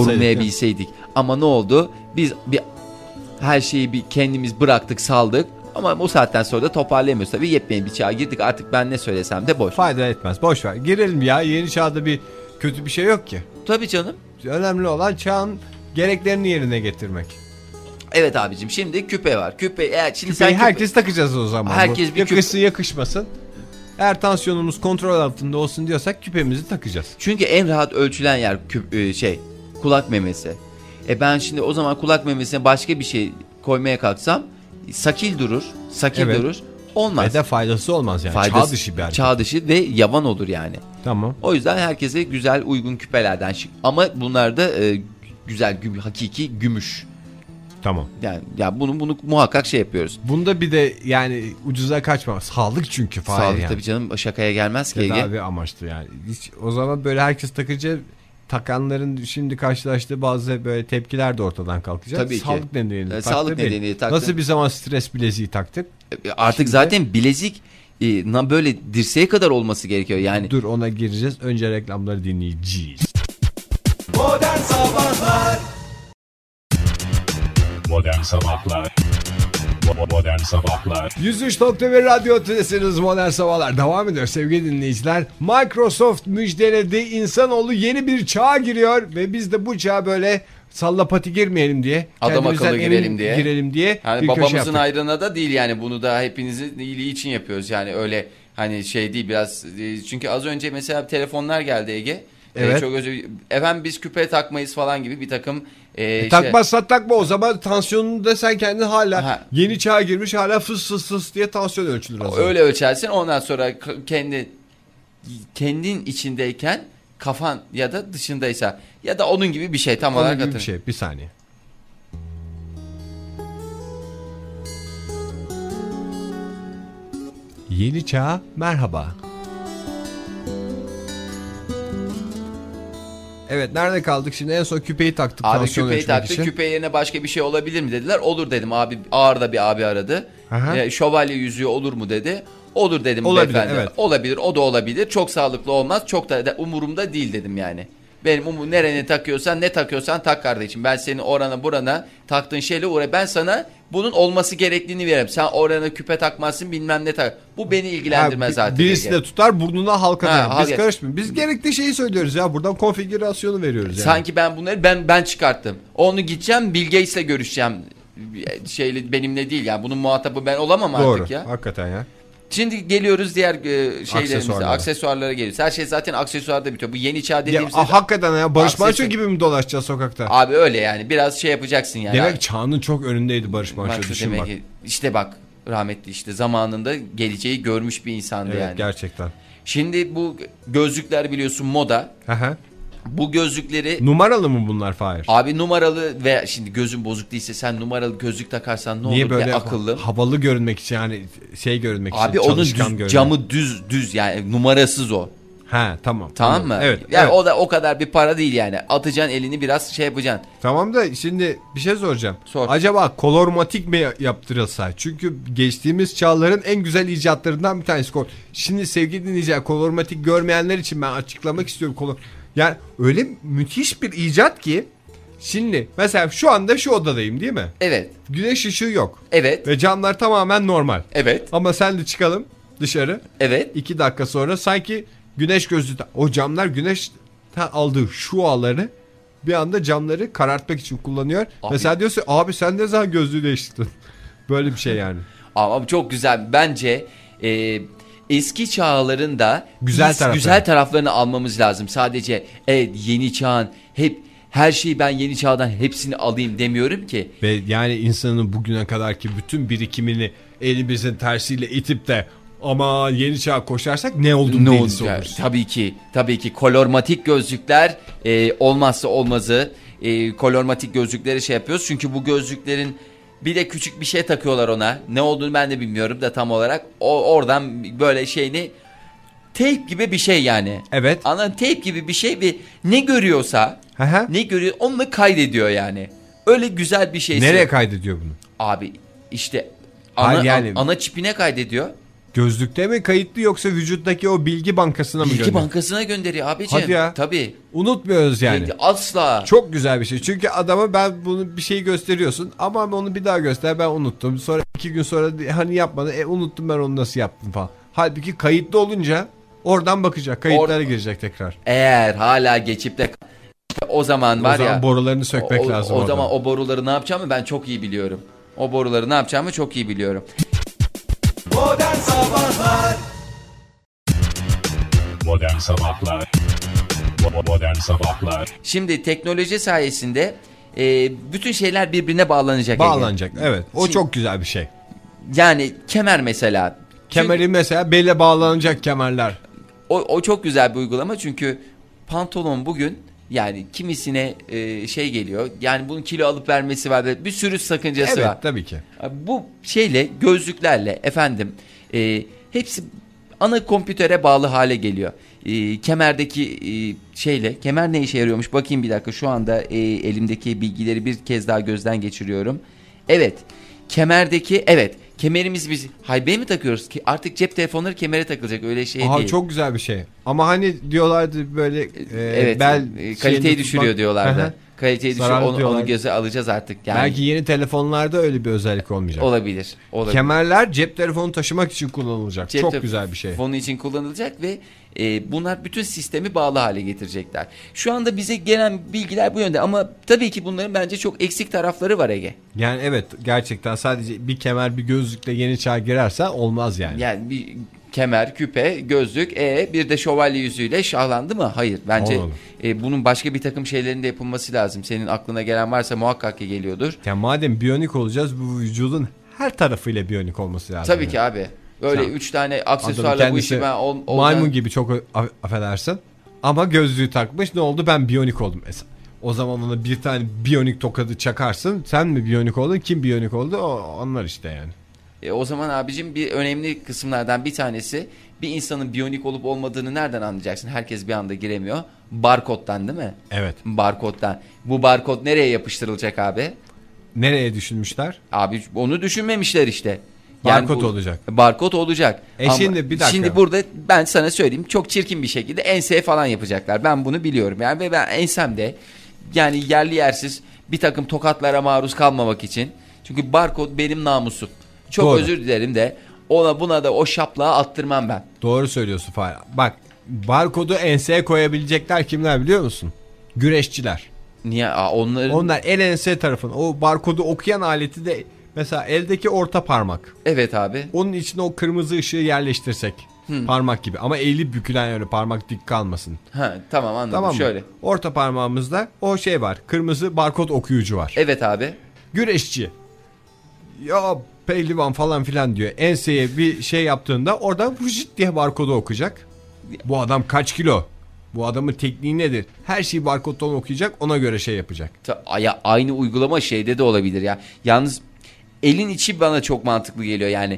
yorumlayabilseydik. Ama ne oldu? Biz her şeyi kendimiz bıraktık, saldık. Ama o saatten sonra da toparlayamıyoruz tabii. Yepyeni bir çağa girdik artık, ben ne söylesem de boş. Fayda etmez. Boş ver. Girelim ya. Yeni çağda bir kötü bir şey yok ki. Tabii canım. Önemli olan çağın gereklerini yerine getirmek. Evet abicim, şimdi küpe var. Küpe eğer şimdi Küpeyi sen herkes takacağız o zaman. Herkes bir yakışsın yakışmasın. Eğer tansiyonumuz kontrol altında olsun diyorsak küpemizi takacağız. Çünkü en rahat ölçülen yer kulak memesi. Ben şimdi o zaman kulak memesine başka bir şey koymaya kalksam sakil durur. Sakil Evet. durur. Olmaz. Ve de faydası olmaz yani. Çağ dışı bir hareket. Çağ dışı ve yavan olur yani. Tamam. O yüzden herkese güzel uygun küpelerden şık. Ama bunlar da güzel hakiki gümüş. Tamam. Yani ya bunu muhakkak şey yapıyoruz. Bunda bir de yani ucuza kaçma. Sağlık çünkü. Sağlık yani. tabii canım, şakaya gelmez ki Ege. Tedavi amaçlı yani. Hiç, o zaman böyle herkes takınca takanların şimdi karşılaştığı bazı böyle tepkiler de ortadan kalkacak. Tabii ki. Sağlık nedeniyle taktı Sağlık değil. nedeniyle taktı. Nasıl bir zaman stres bileziği taktık? Artık Şimdi- zaten bilezik böyle dirseğe kadar olması gerekiyor yani. Dur ona gireceğiz. Önce reklamları dinleyeceğiz. Modern Sabahlar Modern Sabahlar Modern Sabahlar 103.1 Radyo Tülesi'niz Modern Sabahlar devam ediyor sevgili dinleyiciler. Microsoft müjdeledi, insanoğlu yeni bir çağa giriyor ve biz de bu çağa böyle sallapati girmeyelim diye, Adam kendimizden akıllı emin girelim diye. bir Yani köşe babamızın yaptık. ayrına da değil yani, bunu da hepinizin iyiliği için yapıyoruz yani, öyle hani şey değil biraz. Çünkü az önce mesela telefonlar geldi Ege. Evet. Çok efendim biz küpe takmayız falan gibi bir takım Takmazsan takma, o zaman tansiyonunu da sen kendin hala Aha. yeni çağa girmiş, hala fıs fıs fıs diye tansiyon ölçülür. o zaman. öyle ölçersin, ondan sonra kendin içindeyken kafan ya da dışındaysa ya da onun gibi bir şey tam Onun olarak gibi bir hatırlıyorum. şey. Bir saniye. Yeni çağa merhaba. Evet, nerede kaldık şimdi? En son küpeyi taktık. Abi tansiyon küpeyi ölçmek taktı. için. Küpe yerine başka bir şey olabilir mi dediler. Olur dedim abi. Ağırda bir abi aradı. Aha. Şövalye yüzüğü olur mu dedi. Olur dedim Olabilir, beyefendi. evet. Olabilir, o da olabilir. Çok sağlıklı olmaz. Çok da umurumda değil dedim yani. Benim nerene takıyorsan, ne takıyorsan tak kardeşim. Ben senin orana burana taktığın şeyle uğra. Ben sana bunun olması gerektiğini veririm. Sen orana küpe takmazsın, bilmem ne tak. Bu beni ilgilendirmez Ha, zaten. Birisi Ege. de tutar burnuna halka Ha, takar. Biz halka. karışmıyoruz. Biz gerekli şeyi söylüyoruz ya. Buradan konfigürasyonu veriyoruz yani. Sanki ben bunları ben çıkarttım. Onu gideceğim Bill Gates'le görüşeceğim. Benimle değil yani, bunun muhatabı ben olamam Doğru. artık ya. Hakikaten ya. Şimdi geliyoruz diğer şeylerimize, Aksesuarlara. aksesuarlara geliyoruz. Her şey zaten aksesuarda bitiyor. Bu yeni çağ Ya dediğimiz hakikaten ya, Barış Manço Aksesuar. gibi mi dolaşacağız sokakta? abi öyle yani, biraz şey yapacaksın yani. Demek çağının çok önündeydi Barış Manço, Bak, düşün demek bak. ki, işte bak rahmetli işte zamanında geleceği görmüş bir insandı Evet, yani. gerçekten. Şimdi bu gözlükler biliyorsun moda. Aha. Bu gözlükleri Numaralı mı bunlar Fahir? abi numaralı, ve şimdi gözün bozuk değilse sen numaralı gözlük takarsan ne Niye olur böyle ya, akıllı. havalı görünmek için, yani şey görünmek Abi için, onun çalışkan görünmek. camı düz yani, numarasız o. Ha, tamam. Tamam mı? Evet. Yani evet. o da o kadar bir para değil yani. Atacaksın elini, biraz şey yapacaksın. Tamam da şimdi bir şey soracağım. Sor. Acaba kolormatik mi yaptırılsa? Çünkü geçtiğimiz çağların en güzel icatlarından bir tanesi. Şimdi sevgili dinleyiciler, kolormatik görmeyenler için ben açıklamak istiyorum. Yani öyle müthiş bir icat ki, şimdi mesela şu anda şu odadayım değil mi? Evet. Güneş ışığı yok. Evet. Ve camlar tamamen normal. Evet. Ama sen de çıkalım dışarı. Evet. 2 dakika sonra sanki güneş gözlüğü, o camlar güneşten aldığı şuaları bir anda camları karartmak için kullanıyor. Abi. Mesela diyorsun abi sen ne zaman gözlüğü değiştirdin? Böyle bir şey yani. Ama çok güzel. Bence eski çağların da Güzel taraflarını almamız lazım. Sadece yeni çağın her şeyi ben yeni çağdan hepsini alayım demiyorum ki. Ve yani insanın bugüne kadarki bütün birikimini elimizin tersiyle itip de ama yeni çağa koşarsak ne olduğunu delisi olacak? oluruz. Tabii ki kolormatik gözlükler olmazsa olmazı. Kolormatik gözlükleri şey yapıyoruz. Çünkü bu gözlüklerin bir de küçük bir şey takıyorlar ona. Ne olduğunu ben de bilmiyorum da tam olarak. Oradan böyle şeyini, teyp gibi bir şey yani. Evet. Ana teyp gibi bir şey ve ne görüyorsa, Aha. ne görüyor onu kaydediyor yani. Öyle güzel bir şey. Nereye kaydediyor bunu? Abi işte Hayır yani. ana çipine kaydediyor. Gözlükte mi kayıtlı yoksa vücuttaki o bilgi bankasına mı Bilgi gönderiyor? bankasına gönderiyor abicim. Hadi ya. Tabii. Unutmuyoruz yani. Asla. Çok güzel bir şey. Çünkü adama ben bunu bir şey gösteriyorsun ama onu bir daha göster, ben unuttum. Sonra 2 gün sonra hani yapmadı. Unuttum ben onu nasıl yaptım falan. Halbuki kayıtlı olunca oradan bakacak. Kayıtlara girecek tekrar. Eğer hala geçip de o zaman var o zaman ya. borularını sökmek lazım. O zaman o boruları ne yapacağımı ben çok iyi biliyorum. O boruları ne yapacağımı çok iyi biliyorum. Modern Sabahlar Modern Sabahlar Modern Sabahlar Şimdi teknoloji sayesinde bütün şeyler birbirine bağlanacak. Bağlanacak, evet. O Şimdi, çok güzel bir şey. Yani kemer mesela. Kemerin mesela bele bağlanacak kemerler. O çok güzel bir uygulama çünkü pantolon bugün yani kimisine şey geliyor. Yani bunun kilo alıp vermesi var. Bir sürü sakıncası var. Evet, tabii ki. Bu şeyle, gözlüklerle efendim hepsi ana kompütere bağlı hale geliyor. Kemerdeki şeyle, kemer ne işe yarıyormuş bakayım bir dakika, şu anda elimdeki bilgileri bir kez daha gözden geçiriyorum. Evet, kemerdeki, evet, kemerimiz biz haybeye mi takıyoruz ki artık cep telefonları kemere takılacak, öyle şey değil. Çok güzel bir şey. Ama hani diyorlardı böyle evet, bel kaliteyi düşürüyor diyorlardı. Kaliteyi düşürüyor, Zararlı onu göze alacağız artık. Yani, belki yeni telefonlarda öyle bir özellik olmayacak. Olabilir. Kemerler cep telefonu taşımak için kullanılacak. Çok güzel bir şey. Telefonu için kullanılacak ve bunlar bütün sistemi bağlı hale getirecekler. Şu anda bize gelen bilgiler bu yönde ama tabii ki bunların bence çok eksik tarafları var Ege. Yani evet, gerçekten sadece bir kemer bir gözlükle yeni çağa girersen olmaz yani. Yani bir kemer, küpe, gözlük, bir de şövalye yüzüğüyle şahlandı mı? Hayır. Bence bunun başka bir takım şeylerin de yapılması lazım. Senin aklına gelen varsa muhakkak ki geliyordur. Yani madem biyonik olacağız, bu vücudun her tarafıyla biyonik olması lazım. Tabii ki abi. Öyle 3 tane aksesuarla bu işi ben olacağım. Maymun gibi, çok affedersin. Ama gözlüğü takmış, ne oldu, ben biyonik oldum mesela. O zaman ona bir tane biyonik tokadı çakarsın. Sen mi biyonik oldun? Kim biyonik oldu? Onlar işte yani. O zaman abicim bir önemli kısımlardan bir tanesi, bir insanın biyonik olup olmadığını nereden anlayacaksın? Herkes bir anda giremiyor. Barkodtan değil mi? Evet. Barkodtan. Bu barkod nereye yapıştırılacak abi? Nereye düşünmüşler? Abi onu düşünmemişler işte. Barkod olacak. Barkod olacak. Şimdi bir dakika. Şimdi burada ben sana söyleyeyim, çok çirkin bir şekilde enseye falan yapacaklar. Ben bunu biliyorum yani ve ben ensemde yani yerli yersiz bir takım tokatlara maruz kalmamak için. Çünkü barkod benim namusum. Çok Doğru. özür dilerim de buna da o şaplağı attırmam ben. Doğru söylüyorsun Fahir. Bak, barkodu enseye koyabilecekler kimler biliyor musun? Güreşçiler. Niye? Onlar el ense tarafın. O barkodu okuyan aleti de mesela eldeki orta parmak. Evet abi. Onun içine o kırmızı ışığı yerleştirsek. Parmak gibi ama eğilip bükülen, yani parmak dik kalmasın. Tamam anladım. Tamam mı? Şöyle. Orta parmağımızda o şey var. Kırmızı barkod okuyucu var. Evet abi. Güreşçi. Ya pehlivan falan filan diyor. Enseye bir şey yaptığında oradan vıcıt diye barkodu okuyacak. Bu adam kaç kilo? Bu adamın tekniği nedir? Her şeyi barkoddan okuyacak, ona göre şey yapacak. Aynı uygulama şeyde de olabilir ya. Yalnız elin içi bana çok mantıklı geliyor yani.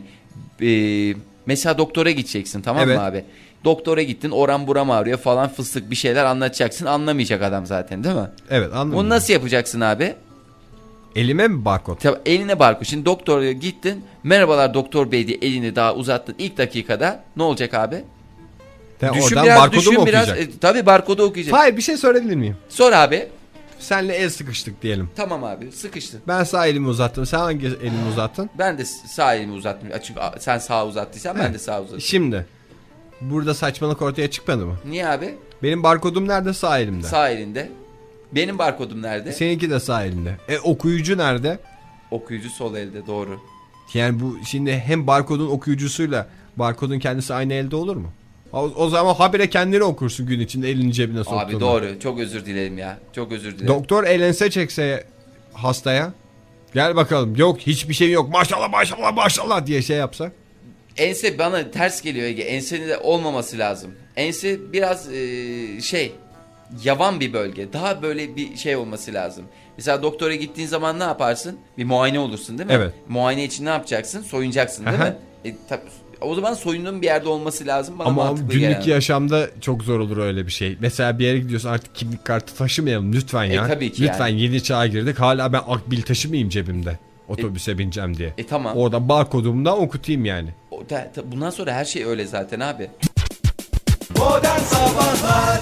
Mesela doktora gideceksin, tamam mı abi? Doktora gittin, oran buram ağrıyor falan, fıstık bir şeyler anlatacaksın, anlamayacak adam zaten değil mi? Evet, anladım. Bunu nasıl yapacaksın abi? Elime mi barkod? Tabii eline barkod. Şimdi doktora gittin, merhabalar doktor bey diye elini daha uzattın ilk dakikada, ne olacak abi? Oradan barkodu mu okuyacak? Tabii barkodu okuyacak. Hayır, bir şey sorabilir miyim? Sor abi. Senle el sıkıştık diyelim. Tamam abi, sıkıştın. Ben sağ elimi uzattım. Sen hangi elimi uzattın? Ben de sağ elimi uzattım. Çünkü sen sağ uzattıysan ben de sağ uzattım. Şimdi burada saçmalık ortaya çıkmadı mı? Niye abi? Benim barkodum nerede? Sağ elimde. Sağ elinde. Benim barkodum nerede? Seninki de sağ elinde. Okuyucu nerede? Okuyucu sol elde, doğru. Yani bu şimdi hem barkodun okuyucusuyla barkodun kendisi aynı elde olur mu? O zaman habire kendini okursun gün içinde elini cebine soktuğunda. Abi doğru. Çok özür dilerim ya. Çok özür dilerim. Doktor elense çekse hastaya, gel bakalım, yok hiçbir şey yok, maşallah maşallah maşallah diye şey yapsa. Ense bana ters geliyor Ege. Ensenin de olmaması lazım. Ense biraz yavan bir bölge. Daha böyle bir şey olması lazım. Mesela doktora gittiğin zaman ne yaparsın? Bir muayene olursun değil mi? Evet. Muayene için ne yapacaksın? Soyunacaksın değil mi? Tabii. O zaman soyunduğun bir yerde olması lazım. Bana ama mantıklı günlük gelen. yaşamda çok zor olur öyle bir şey. Mesela bir yere gidiyorsun, artık kimlik kartı taşımayalım lütfen ya. Tabii ki lütfen yani. Yeni çağa girdik, hala ben akbil taşımayayım cebimde. Otobüse bineceğim diye. Tamam. Oradan barkodumdan okutayım yani. Bundan sonra her şey öyle zaten abi. Modern Sabahlar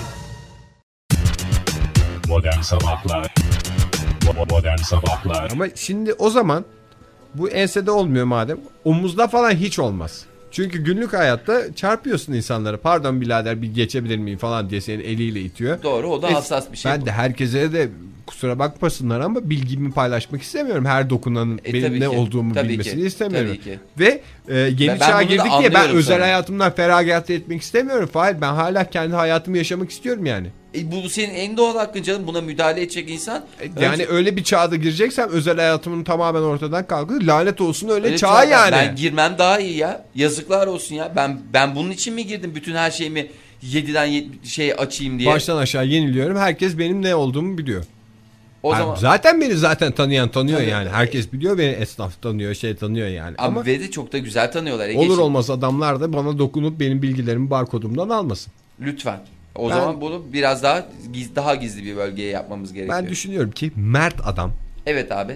Modern Sabahlar Modern Sabahlar Ama şimdi o zaman Bu ensede olmuyor madem. Omuzda falan hiç olmaz. Çünkü günlük hayatta çarpıyorsun insanlara. Pardon birader bir geçebilir miyim falan diye seni eliyle itiyor. Doğru, o da hassas bir şey. Ben de herkese de kusura bakmasınlar ama bilgimi paylaşmak istemiyorum. Her dokunanın benim ne olduğumu bilmesini istemiyorum. Tabii ki. Ve yeni çağa bunu da girdik diye ben anlıyorum özel sana. hayatımdan feragat etmek istemiyorum. Fahir, ben hala kendi hayatımı yaşamak istiyorum yani. Bu senin en doğal hakkın canım. Buna müdahale edecek insan. Yani öyle bir çağda gireceksem özel hayatımın tamamen ortadan kalkıyor. Lanet olsun öyle çağ çağ- yani. Ben girmem daha iyi ya. Yazıklar olsun ya. Ben bunun için mi girdim? Bütün her şeyimi 7'den açayım diye. Baştan aşağı yeniliyorum. Herkes benim ne olduğumu biliyor. O zaman Zaten beni tanıyan tanıyor Tabii. yani. Herkes biliyor beni, esnaf tanıyor, tanıyor yani. Ama ve de çok da güzel tanıyorlar. olur Ege'ciğim. olmaz adamlar da bana dokunup benim bilgilerimi barkodumdan almasın. Lütfen. O zaman bunu biraz daha gizli bir bölgeye yapmamız gerekiyor. Ben düşünüyorum ki mert adam Evet abi.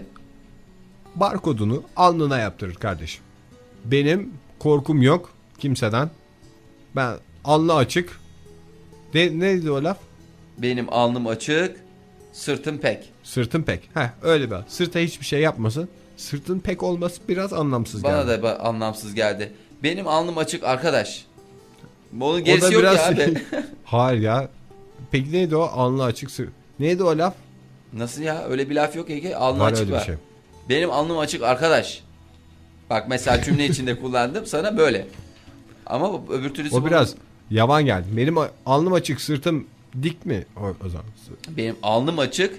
barkodunu alnına yaptırır kardeşim. Benim korkum yok kimseden. Ben alnı açık. Neydi o laf? Benim alnım açık, sırtım pek. Sırtın pek. Öyle bir. Sırta hiçbir şey yapmasın. Sırtın pek olması biraz anlamsız Bana geldi. da anlamsız geldi. Benim alnım açık arkadaş. Onun O da gerisi yok biraz ya abi. Hayır ya. Peki neydi o? Alnı açık Neydi o laf? Nasıl ya? Öyle bir laf yok Ege. Alnı Var açık öyle bir var. şey. Benim alnım açık arkadaş. Bak mesela cümle içinde kullandım sana böyle. Ama öbür türlüsü O biraz yavan geldi. Benim alnım açık, sırtım dik mi o zaman? Benim alnım açık.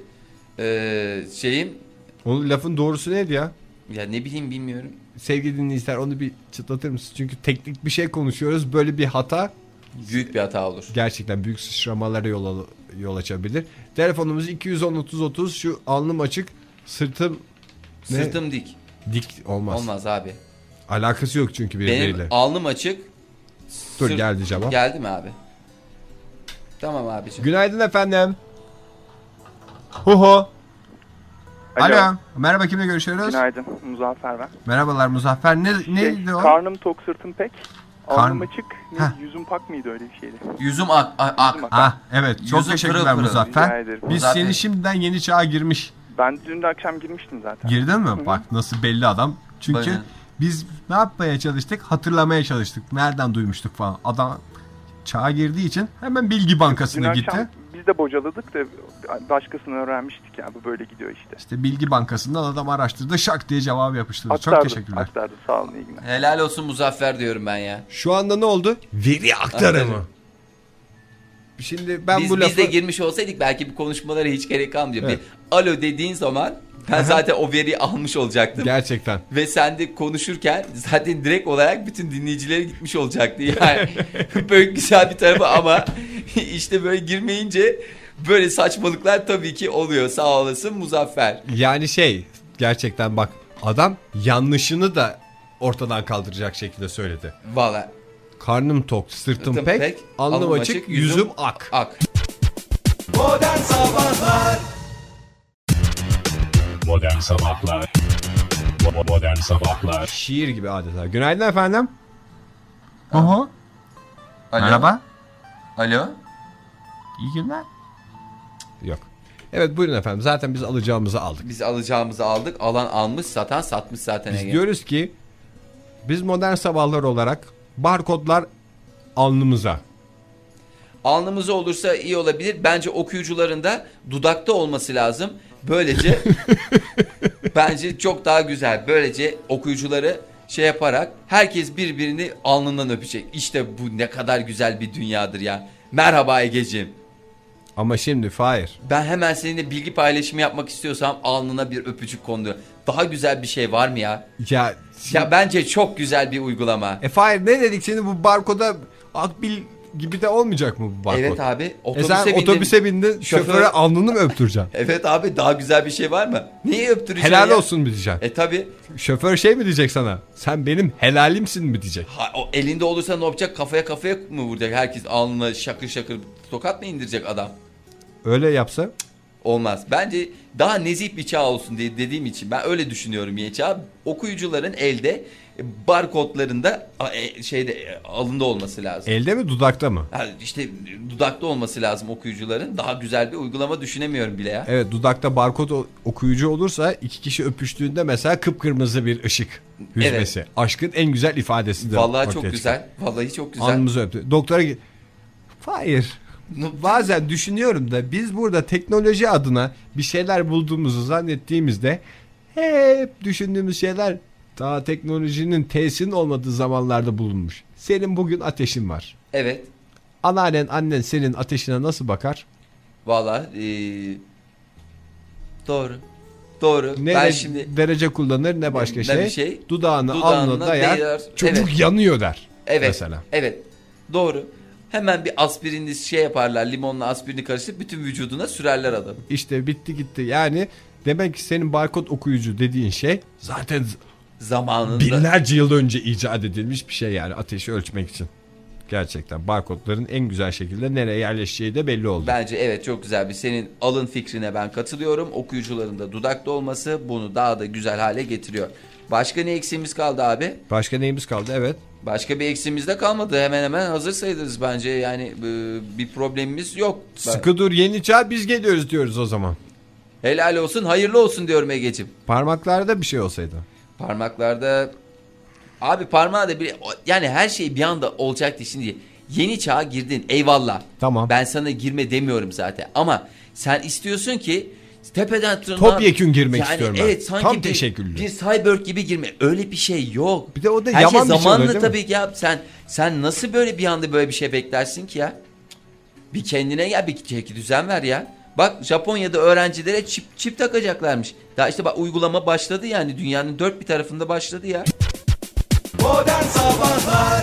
Şeyim Onun lafın doğrusu neydi ya? ya ne bileyim bilmiyorum. Sevgili dinleyiciler onu bir çıtlatır mısın? Çünkü teknik bir şey konuşuyoruz. Böyle bir hata Büyük bir hata olur. gerçekten büyük sıçramalara yol açabilir. Telefonumuz 210-30-30. Şu alnım açık, sırtım Sırtım dik. dik olmaz. Olmaz abi. Alakası yok çünkü birbiriyle. Benim alnım açık. Dur geldi cevap. Geldi mi abi? Tamam abiciğim. Günaydın efendim. Alo. Merhaba, kimle görüşüyoruz? Günaydın. Muzaffer ben. Merhabalar Muzaffer. Neydi o? Karnım tok, sırtım pek. Alnım Karn- açık. Yüzüm pak mıydı, öyle bir şeydi? Yüzüm ak. Evet, çok Yüzün teşekkürler pırıl pırıl. Muzaffer. Rica ederim. Biz Muzaffer. seni şimdiden yeni çağa girmiş. Ben dün de akşam girmiştim zaten. Girdin mi? Bak nasıl belli adam. Çünkü Aynen. biz ne yapmaya çalıştık? Hatırlamaya çalıştık. Nereden duymuştuk falan. Adam çağa girdiği için hemen bilgi Dün bankasına akşam gitti. biz de bocaladık da başkasını öğrenmiştik ya. Bu böyle gidiyor işte. İşte bilgi bankasından adam araştırdı. Şak diye cevap yapıştırdı. Çok Aktardı, teşekkürler. aktardı. Sağ olun, iyi günler. Helal olsun Muzaffer diyorum ben ya. Şu anda ne oldu? Veri aktarımı. Aktarım. Şimdi ben Biz bu lafı... de girmiş olsaydık belki bu konuşmalara hiç gerek kalmıyor. Evet. Bir alo dediğin zaman ben zaten o veriyi almış olacaktım. Gerçekten. Ve sen de konuşurken zaten direkt olarak bütün dinleyicilere gitmiş olacaktı. Yani böyle güzel bir tarafı ama işte böyle girmeyince böyle saçmalıklar tabii ki oluyor. Sağ olasın Muzaffer. Yani gerçekten bak adam yanlışını da ortadan kaldıracak şekilde söyledi. Valla Karnım tok, sırtım Sırtım pek, pek, alnım açık, yüzüm ak. ak. Modern Sabahlar Modern Sabahlar Modern Sabahlar Şiir gibi adeta. Günaydın efendim. Alo. Merhaba. Alo. İyi günler. Yok. Evet buyurun efendim. Zaten biz alacağımızı aldık. Biz alacağımızı aldık. Alan almış, satan satmış zaten. Biz Ege. diyoruz ki biz modern sabahlar olarak barkodlar alnımıza. Alnımızı olursa iyi olabilir. Bence okuyucuların da dudakta olması lazım. Böylece bence çok daha güzel. Böylece okuyucuları yaparak herkes birbirini alnından öpecek. İşte bu ne kadar güzel bir dünyadır ya. Merhaba Egeciğim. Ama şimdi Fahir. Ben hemen seninle bilgi paylaşımı yapmak istiyorsam alnına bir öpücük kondu. Daha güzel bir şey var mı ya? Ya bence çok güzel bir uygulama. Fahir ne dedik şimdi bu barkoda akbil gibi de olmayacak mı bu barkod? Evet abi. Sen otobüse bindin şoföre alnını mı öptüreceksin? Evet abi, daha güzel bir şey var mı? Niye öptüreceksin Helal ya? olsun mu diyeceksin? Tabi. Şoför mi diyecek sana? Sen benim helalimsin mi diyecek? O elinde olursa ne yapacak? Kafaya mı vuracak? Herkes alnına şakır şakır tokat mı indirecek adam? Öyle yapsa? Olmaz. Bence daha nezih bir çağ olsun diye dediğim için ben öyle düşünüyorum yeni çağ. Okuyucuların elde barkodlarında şeyde alında olması lazım. Elde mi dudakta mı? Yani işte dudakta olması lazım okuyucuların. Daha güzel bir uygulama düşünemiyorum bile ya. Evet, dudakta barkod okuyucu olursa iki kişi öpüştüğünde mesela kıpkırmızı bir ışık hüzmesi. Evet. Aşkın en güzel ifadesidir. Vallahi çok güzel. Vallahi çok güzel. Alnımızı öptü. Doktora hayır. Bazen düşünüyorum da biz burada teknoloji adına bir şeyler bulduğumuzu zannettiğimizde hep düşündüğümüz şeyler daha teknolojinin tesirinin olmadığı zamanlarda bulunmuş. Senin bugün ateşin var. Evet. Annen senin ateşine nasıl bakar? Vallahi doğru. Ne ben şimdi derece kullanır ne başka şey. Dudağına alnına dayar. Çabuk evet. yanıyor der. Evet. Mesela. Evet. Doğru. Hemen bir aspirinli şey yaparlar. Limonla aspirini karıştırıp bütün vücuduna sürerler adamı. İşte bitti gitti. Yani demek ki senin barkod okuyucu dediğin şey zaten zamanında binlerce yıl önce icat edilmiş bir şey, yani ateşi ölçmek için. Gerçekten barkodların en güzel şekilde nereye yerleşeceği de belli oldu. Bence evet, çok güzel bir, senin alın fikrine ben katılıyorum. Okuyucuların da dudakta olması bunu daha da güzel hale getiriyor. Başka ne eksiğimiz kaldı abi? Başka neyimiz kaldı, evet. Başka bir eksiğimiz de kalmadı. Hemen hemen hazır sayılırız bence. Yani bir problemimiz yok. Sıkı dur yeni çağ, biz geliyoruz diyoruz o zaman. Helal olsun, hayırlı olsun diyorum Egeciğim. Parmaklarda bir şey olsaydı. Parmaklarda... Abi parmağı da bir... Yani her şey bir anda olacaktı şimdi. Yeni çağa girdin, eyvallah. Tamam. Ben sana girme demiyorum zaten. Ama sen istiyorsun ki tepeden tırnağa... Topyekün girmek yani istiyorum ben. Evet, sanki tam teşekküllü. Bir Cyborg gibi girme. Öyle bir şey yok. Bir de o da her yaman şey bir zamanla şey tabii ki ya. Sen nasıl böyle bir anda böyle bir şey beklersin ki ya? Bir kendine gel, bir çeki düzen ver ya. Bak Japonya'da öğrencilere çip takacaklarmış. Daha işte bak uygulama başladı, yani dünyanın dört bir tarafında başladı ya. Modern Sabahlar.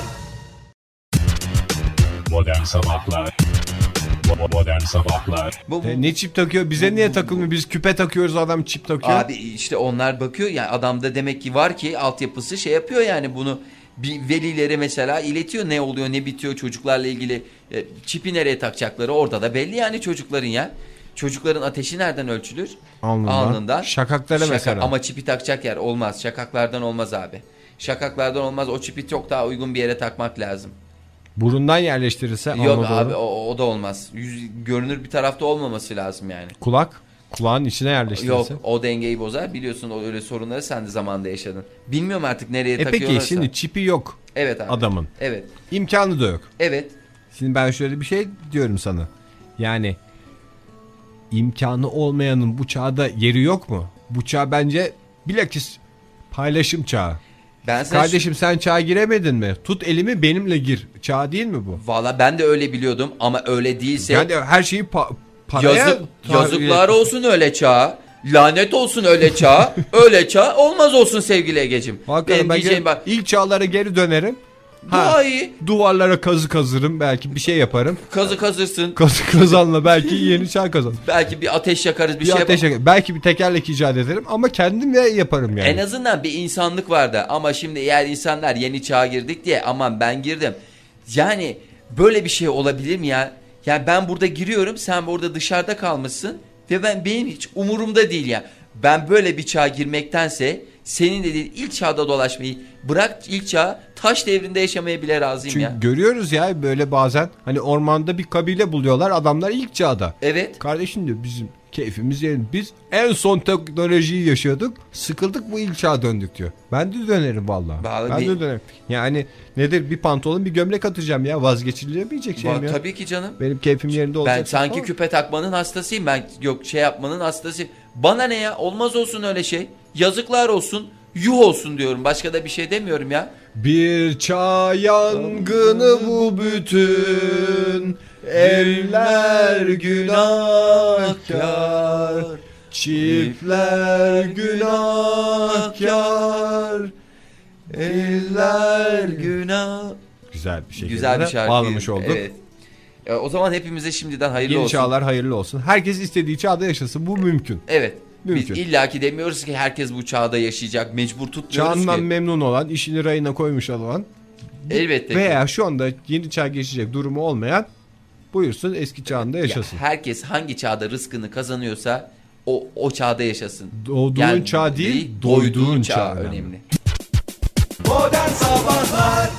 Modern Sabahlar. Modern Sabahlar. Ne çip takıyor? Bize niye takılmıyor? Biz küpe takıyoruz, adam çip takıyor. Abi işte onlar bakıyor yani, adamda demek ki var ki altyapısı şey yapıyor yani, bunu bir velilere mesela iletiyor, ne oluyor ne bitiyor çocuklarla ilgili, çipi nereye takacakları orada da belli yani çocukların ya. Çocukların ateşi nereden ölçülür? Alnından. Şakaklara mesela. Ama çipi takacak yer olmaz. Şakaklardan olmaz abi. Şakaklardan olmaz. O çipi çok daha uygun bir yere takmak lazım. Burundan yerleştirirse yok abi o da olmaz. Görünür bir tarafta olmaması lazım yani. Kulağın içine yerleştirirse. Yok, o dengeyi bozar. Biliyorsun öyle sorunları sen de zamanında yaşadın. Bilmiyorum artık nereye takıyorlarsa. Peki şimdi çipi yok. Evet abi. Adamın. Evet. İmkanı da yok. Evet. Şimdi ben şöyle bir şey diyorum sana. Yani imkanı olmayanın bu çağda yeri yok mu? Bu çağ bence bilakis paylaşım çağı. Kardeşim sen çağa giremedin mi? Tut elimi benimle gir. Çağ değil mi bu? Valla ben de öyle biliyordum ama öyle değilse. Yani her şeyi paraya... Yazıklar olsun öyle çağa. Lanet olsun öyle çağa. Öyle çağ olmaz olsun sevgili Egeciğim. Hakikaten ben ilk çağlara geri dönerim. Daha iyi. Duvarlara kazı kazırım, belki bir şey yaparım. Kazı kazırsın. Kazı kazanla belki yeni çağ kazanırım. Belki bir ateş yakarız, bir şey yaparız. Belki bir tekerlek icat ederim ama kendim de yaparım yani. En azından bir insanlık vardı ama şimdi eğer insanlar yeni çağa girdik diye aman ben girdim. Yani böyle bir şey olabilir mi ya? Yani ben burada giriyorum, sen orada dışarıda kalmışsın ve benim hiç umurumda değil ya. Ben böyle bir çağa girmektense senin dediğin ilk çağda dolaşmayı bırak, ilk çağ taş devrinde yaşamaya bile razıyım. Çünkü ya. Görüyoruz ya böyle bazen hani ormanda bir kabile buluyorlar adamlar ilk çağda. Evet. Kardeşim diyor bizim keyfimiz yerinde. Biz en son teknolojiyi yaşıyorduk. Sıkıldık bu ilk çağa döndük diyor. Ben de dönerim vallahi. Ben de dönerim. Yani nedir, bir pantolon bir gömlek atacağım ya, vazgeçilemeyecek şey mi ya? Tabii ki canım. Benim keyfim yerinde olacak. Ben sanki küpe takmanın hastasıyım. Ben yok şey yapmanın hastasıyım. Bana ne ya? Olmaz olsun öyle şey. Yazıklar olsun. Yuh olsun diyorum. Başka da bir şey demiyorum ya. Bir çağ yangını bu bütün eller günahkar, çiftler günahkar, eller günah. Güzel bir şekilde güzel bir şarkı bağlamış olduk. Evet. O zaman hepimize şimdiden hayırlı olsun. Yeni çağlar hayırlı olsun. Herkes istediği çağda yaşasın. Bu mümkün. Evet. Mümkün. Biz illaki demiyoruz ki herkes bu çağda yaşayacak. Mecbur tutmuyoruz Çağından ki. memnun olan, işini rayına koymuş olan. Elbette. Veya şu anda yeni çağ geçecek durumu olmayan buyursun eski çağında yaşasın. Ya herkes hangi çağda rızkını kazanıyorsa o çağda yaşasın. Doğduğun çağ değil, doyduğun çağ önemli. Modern Sabahlar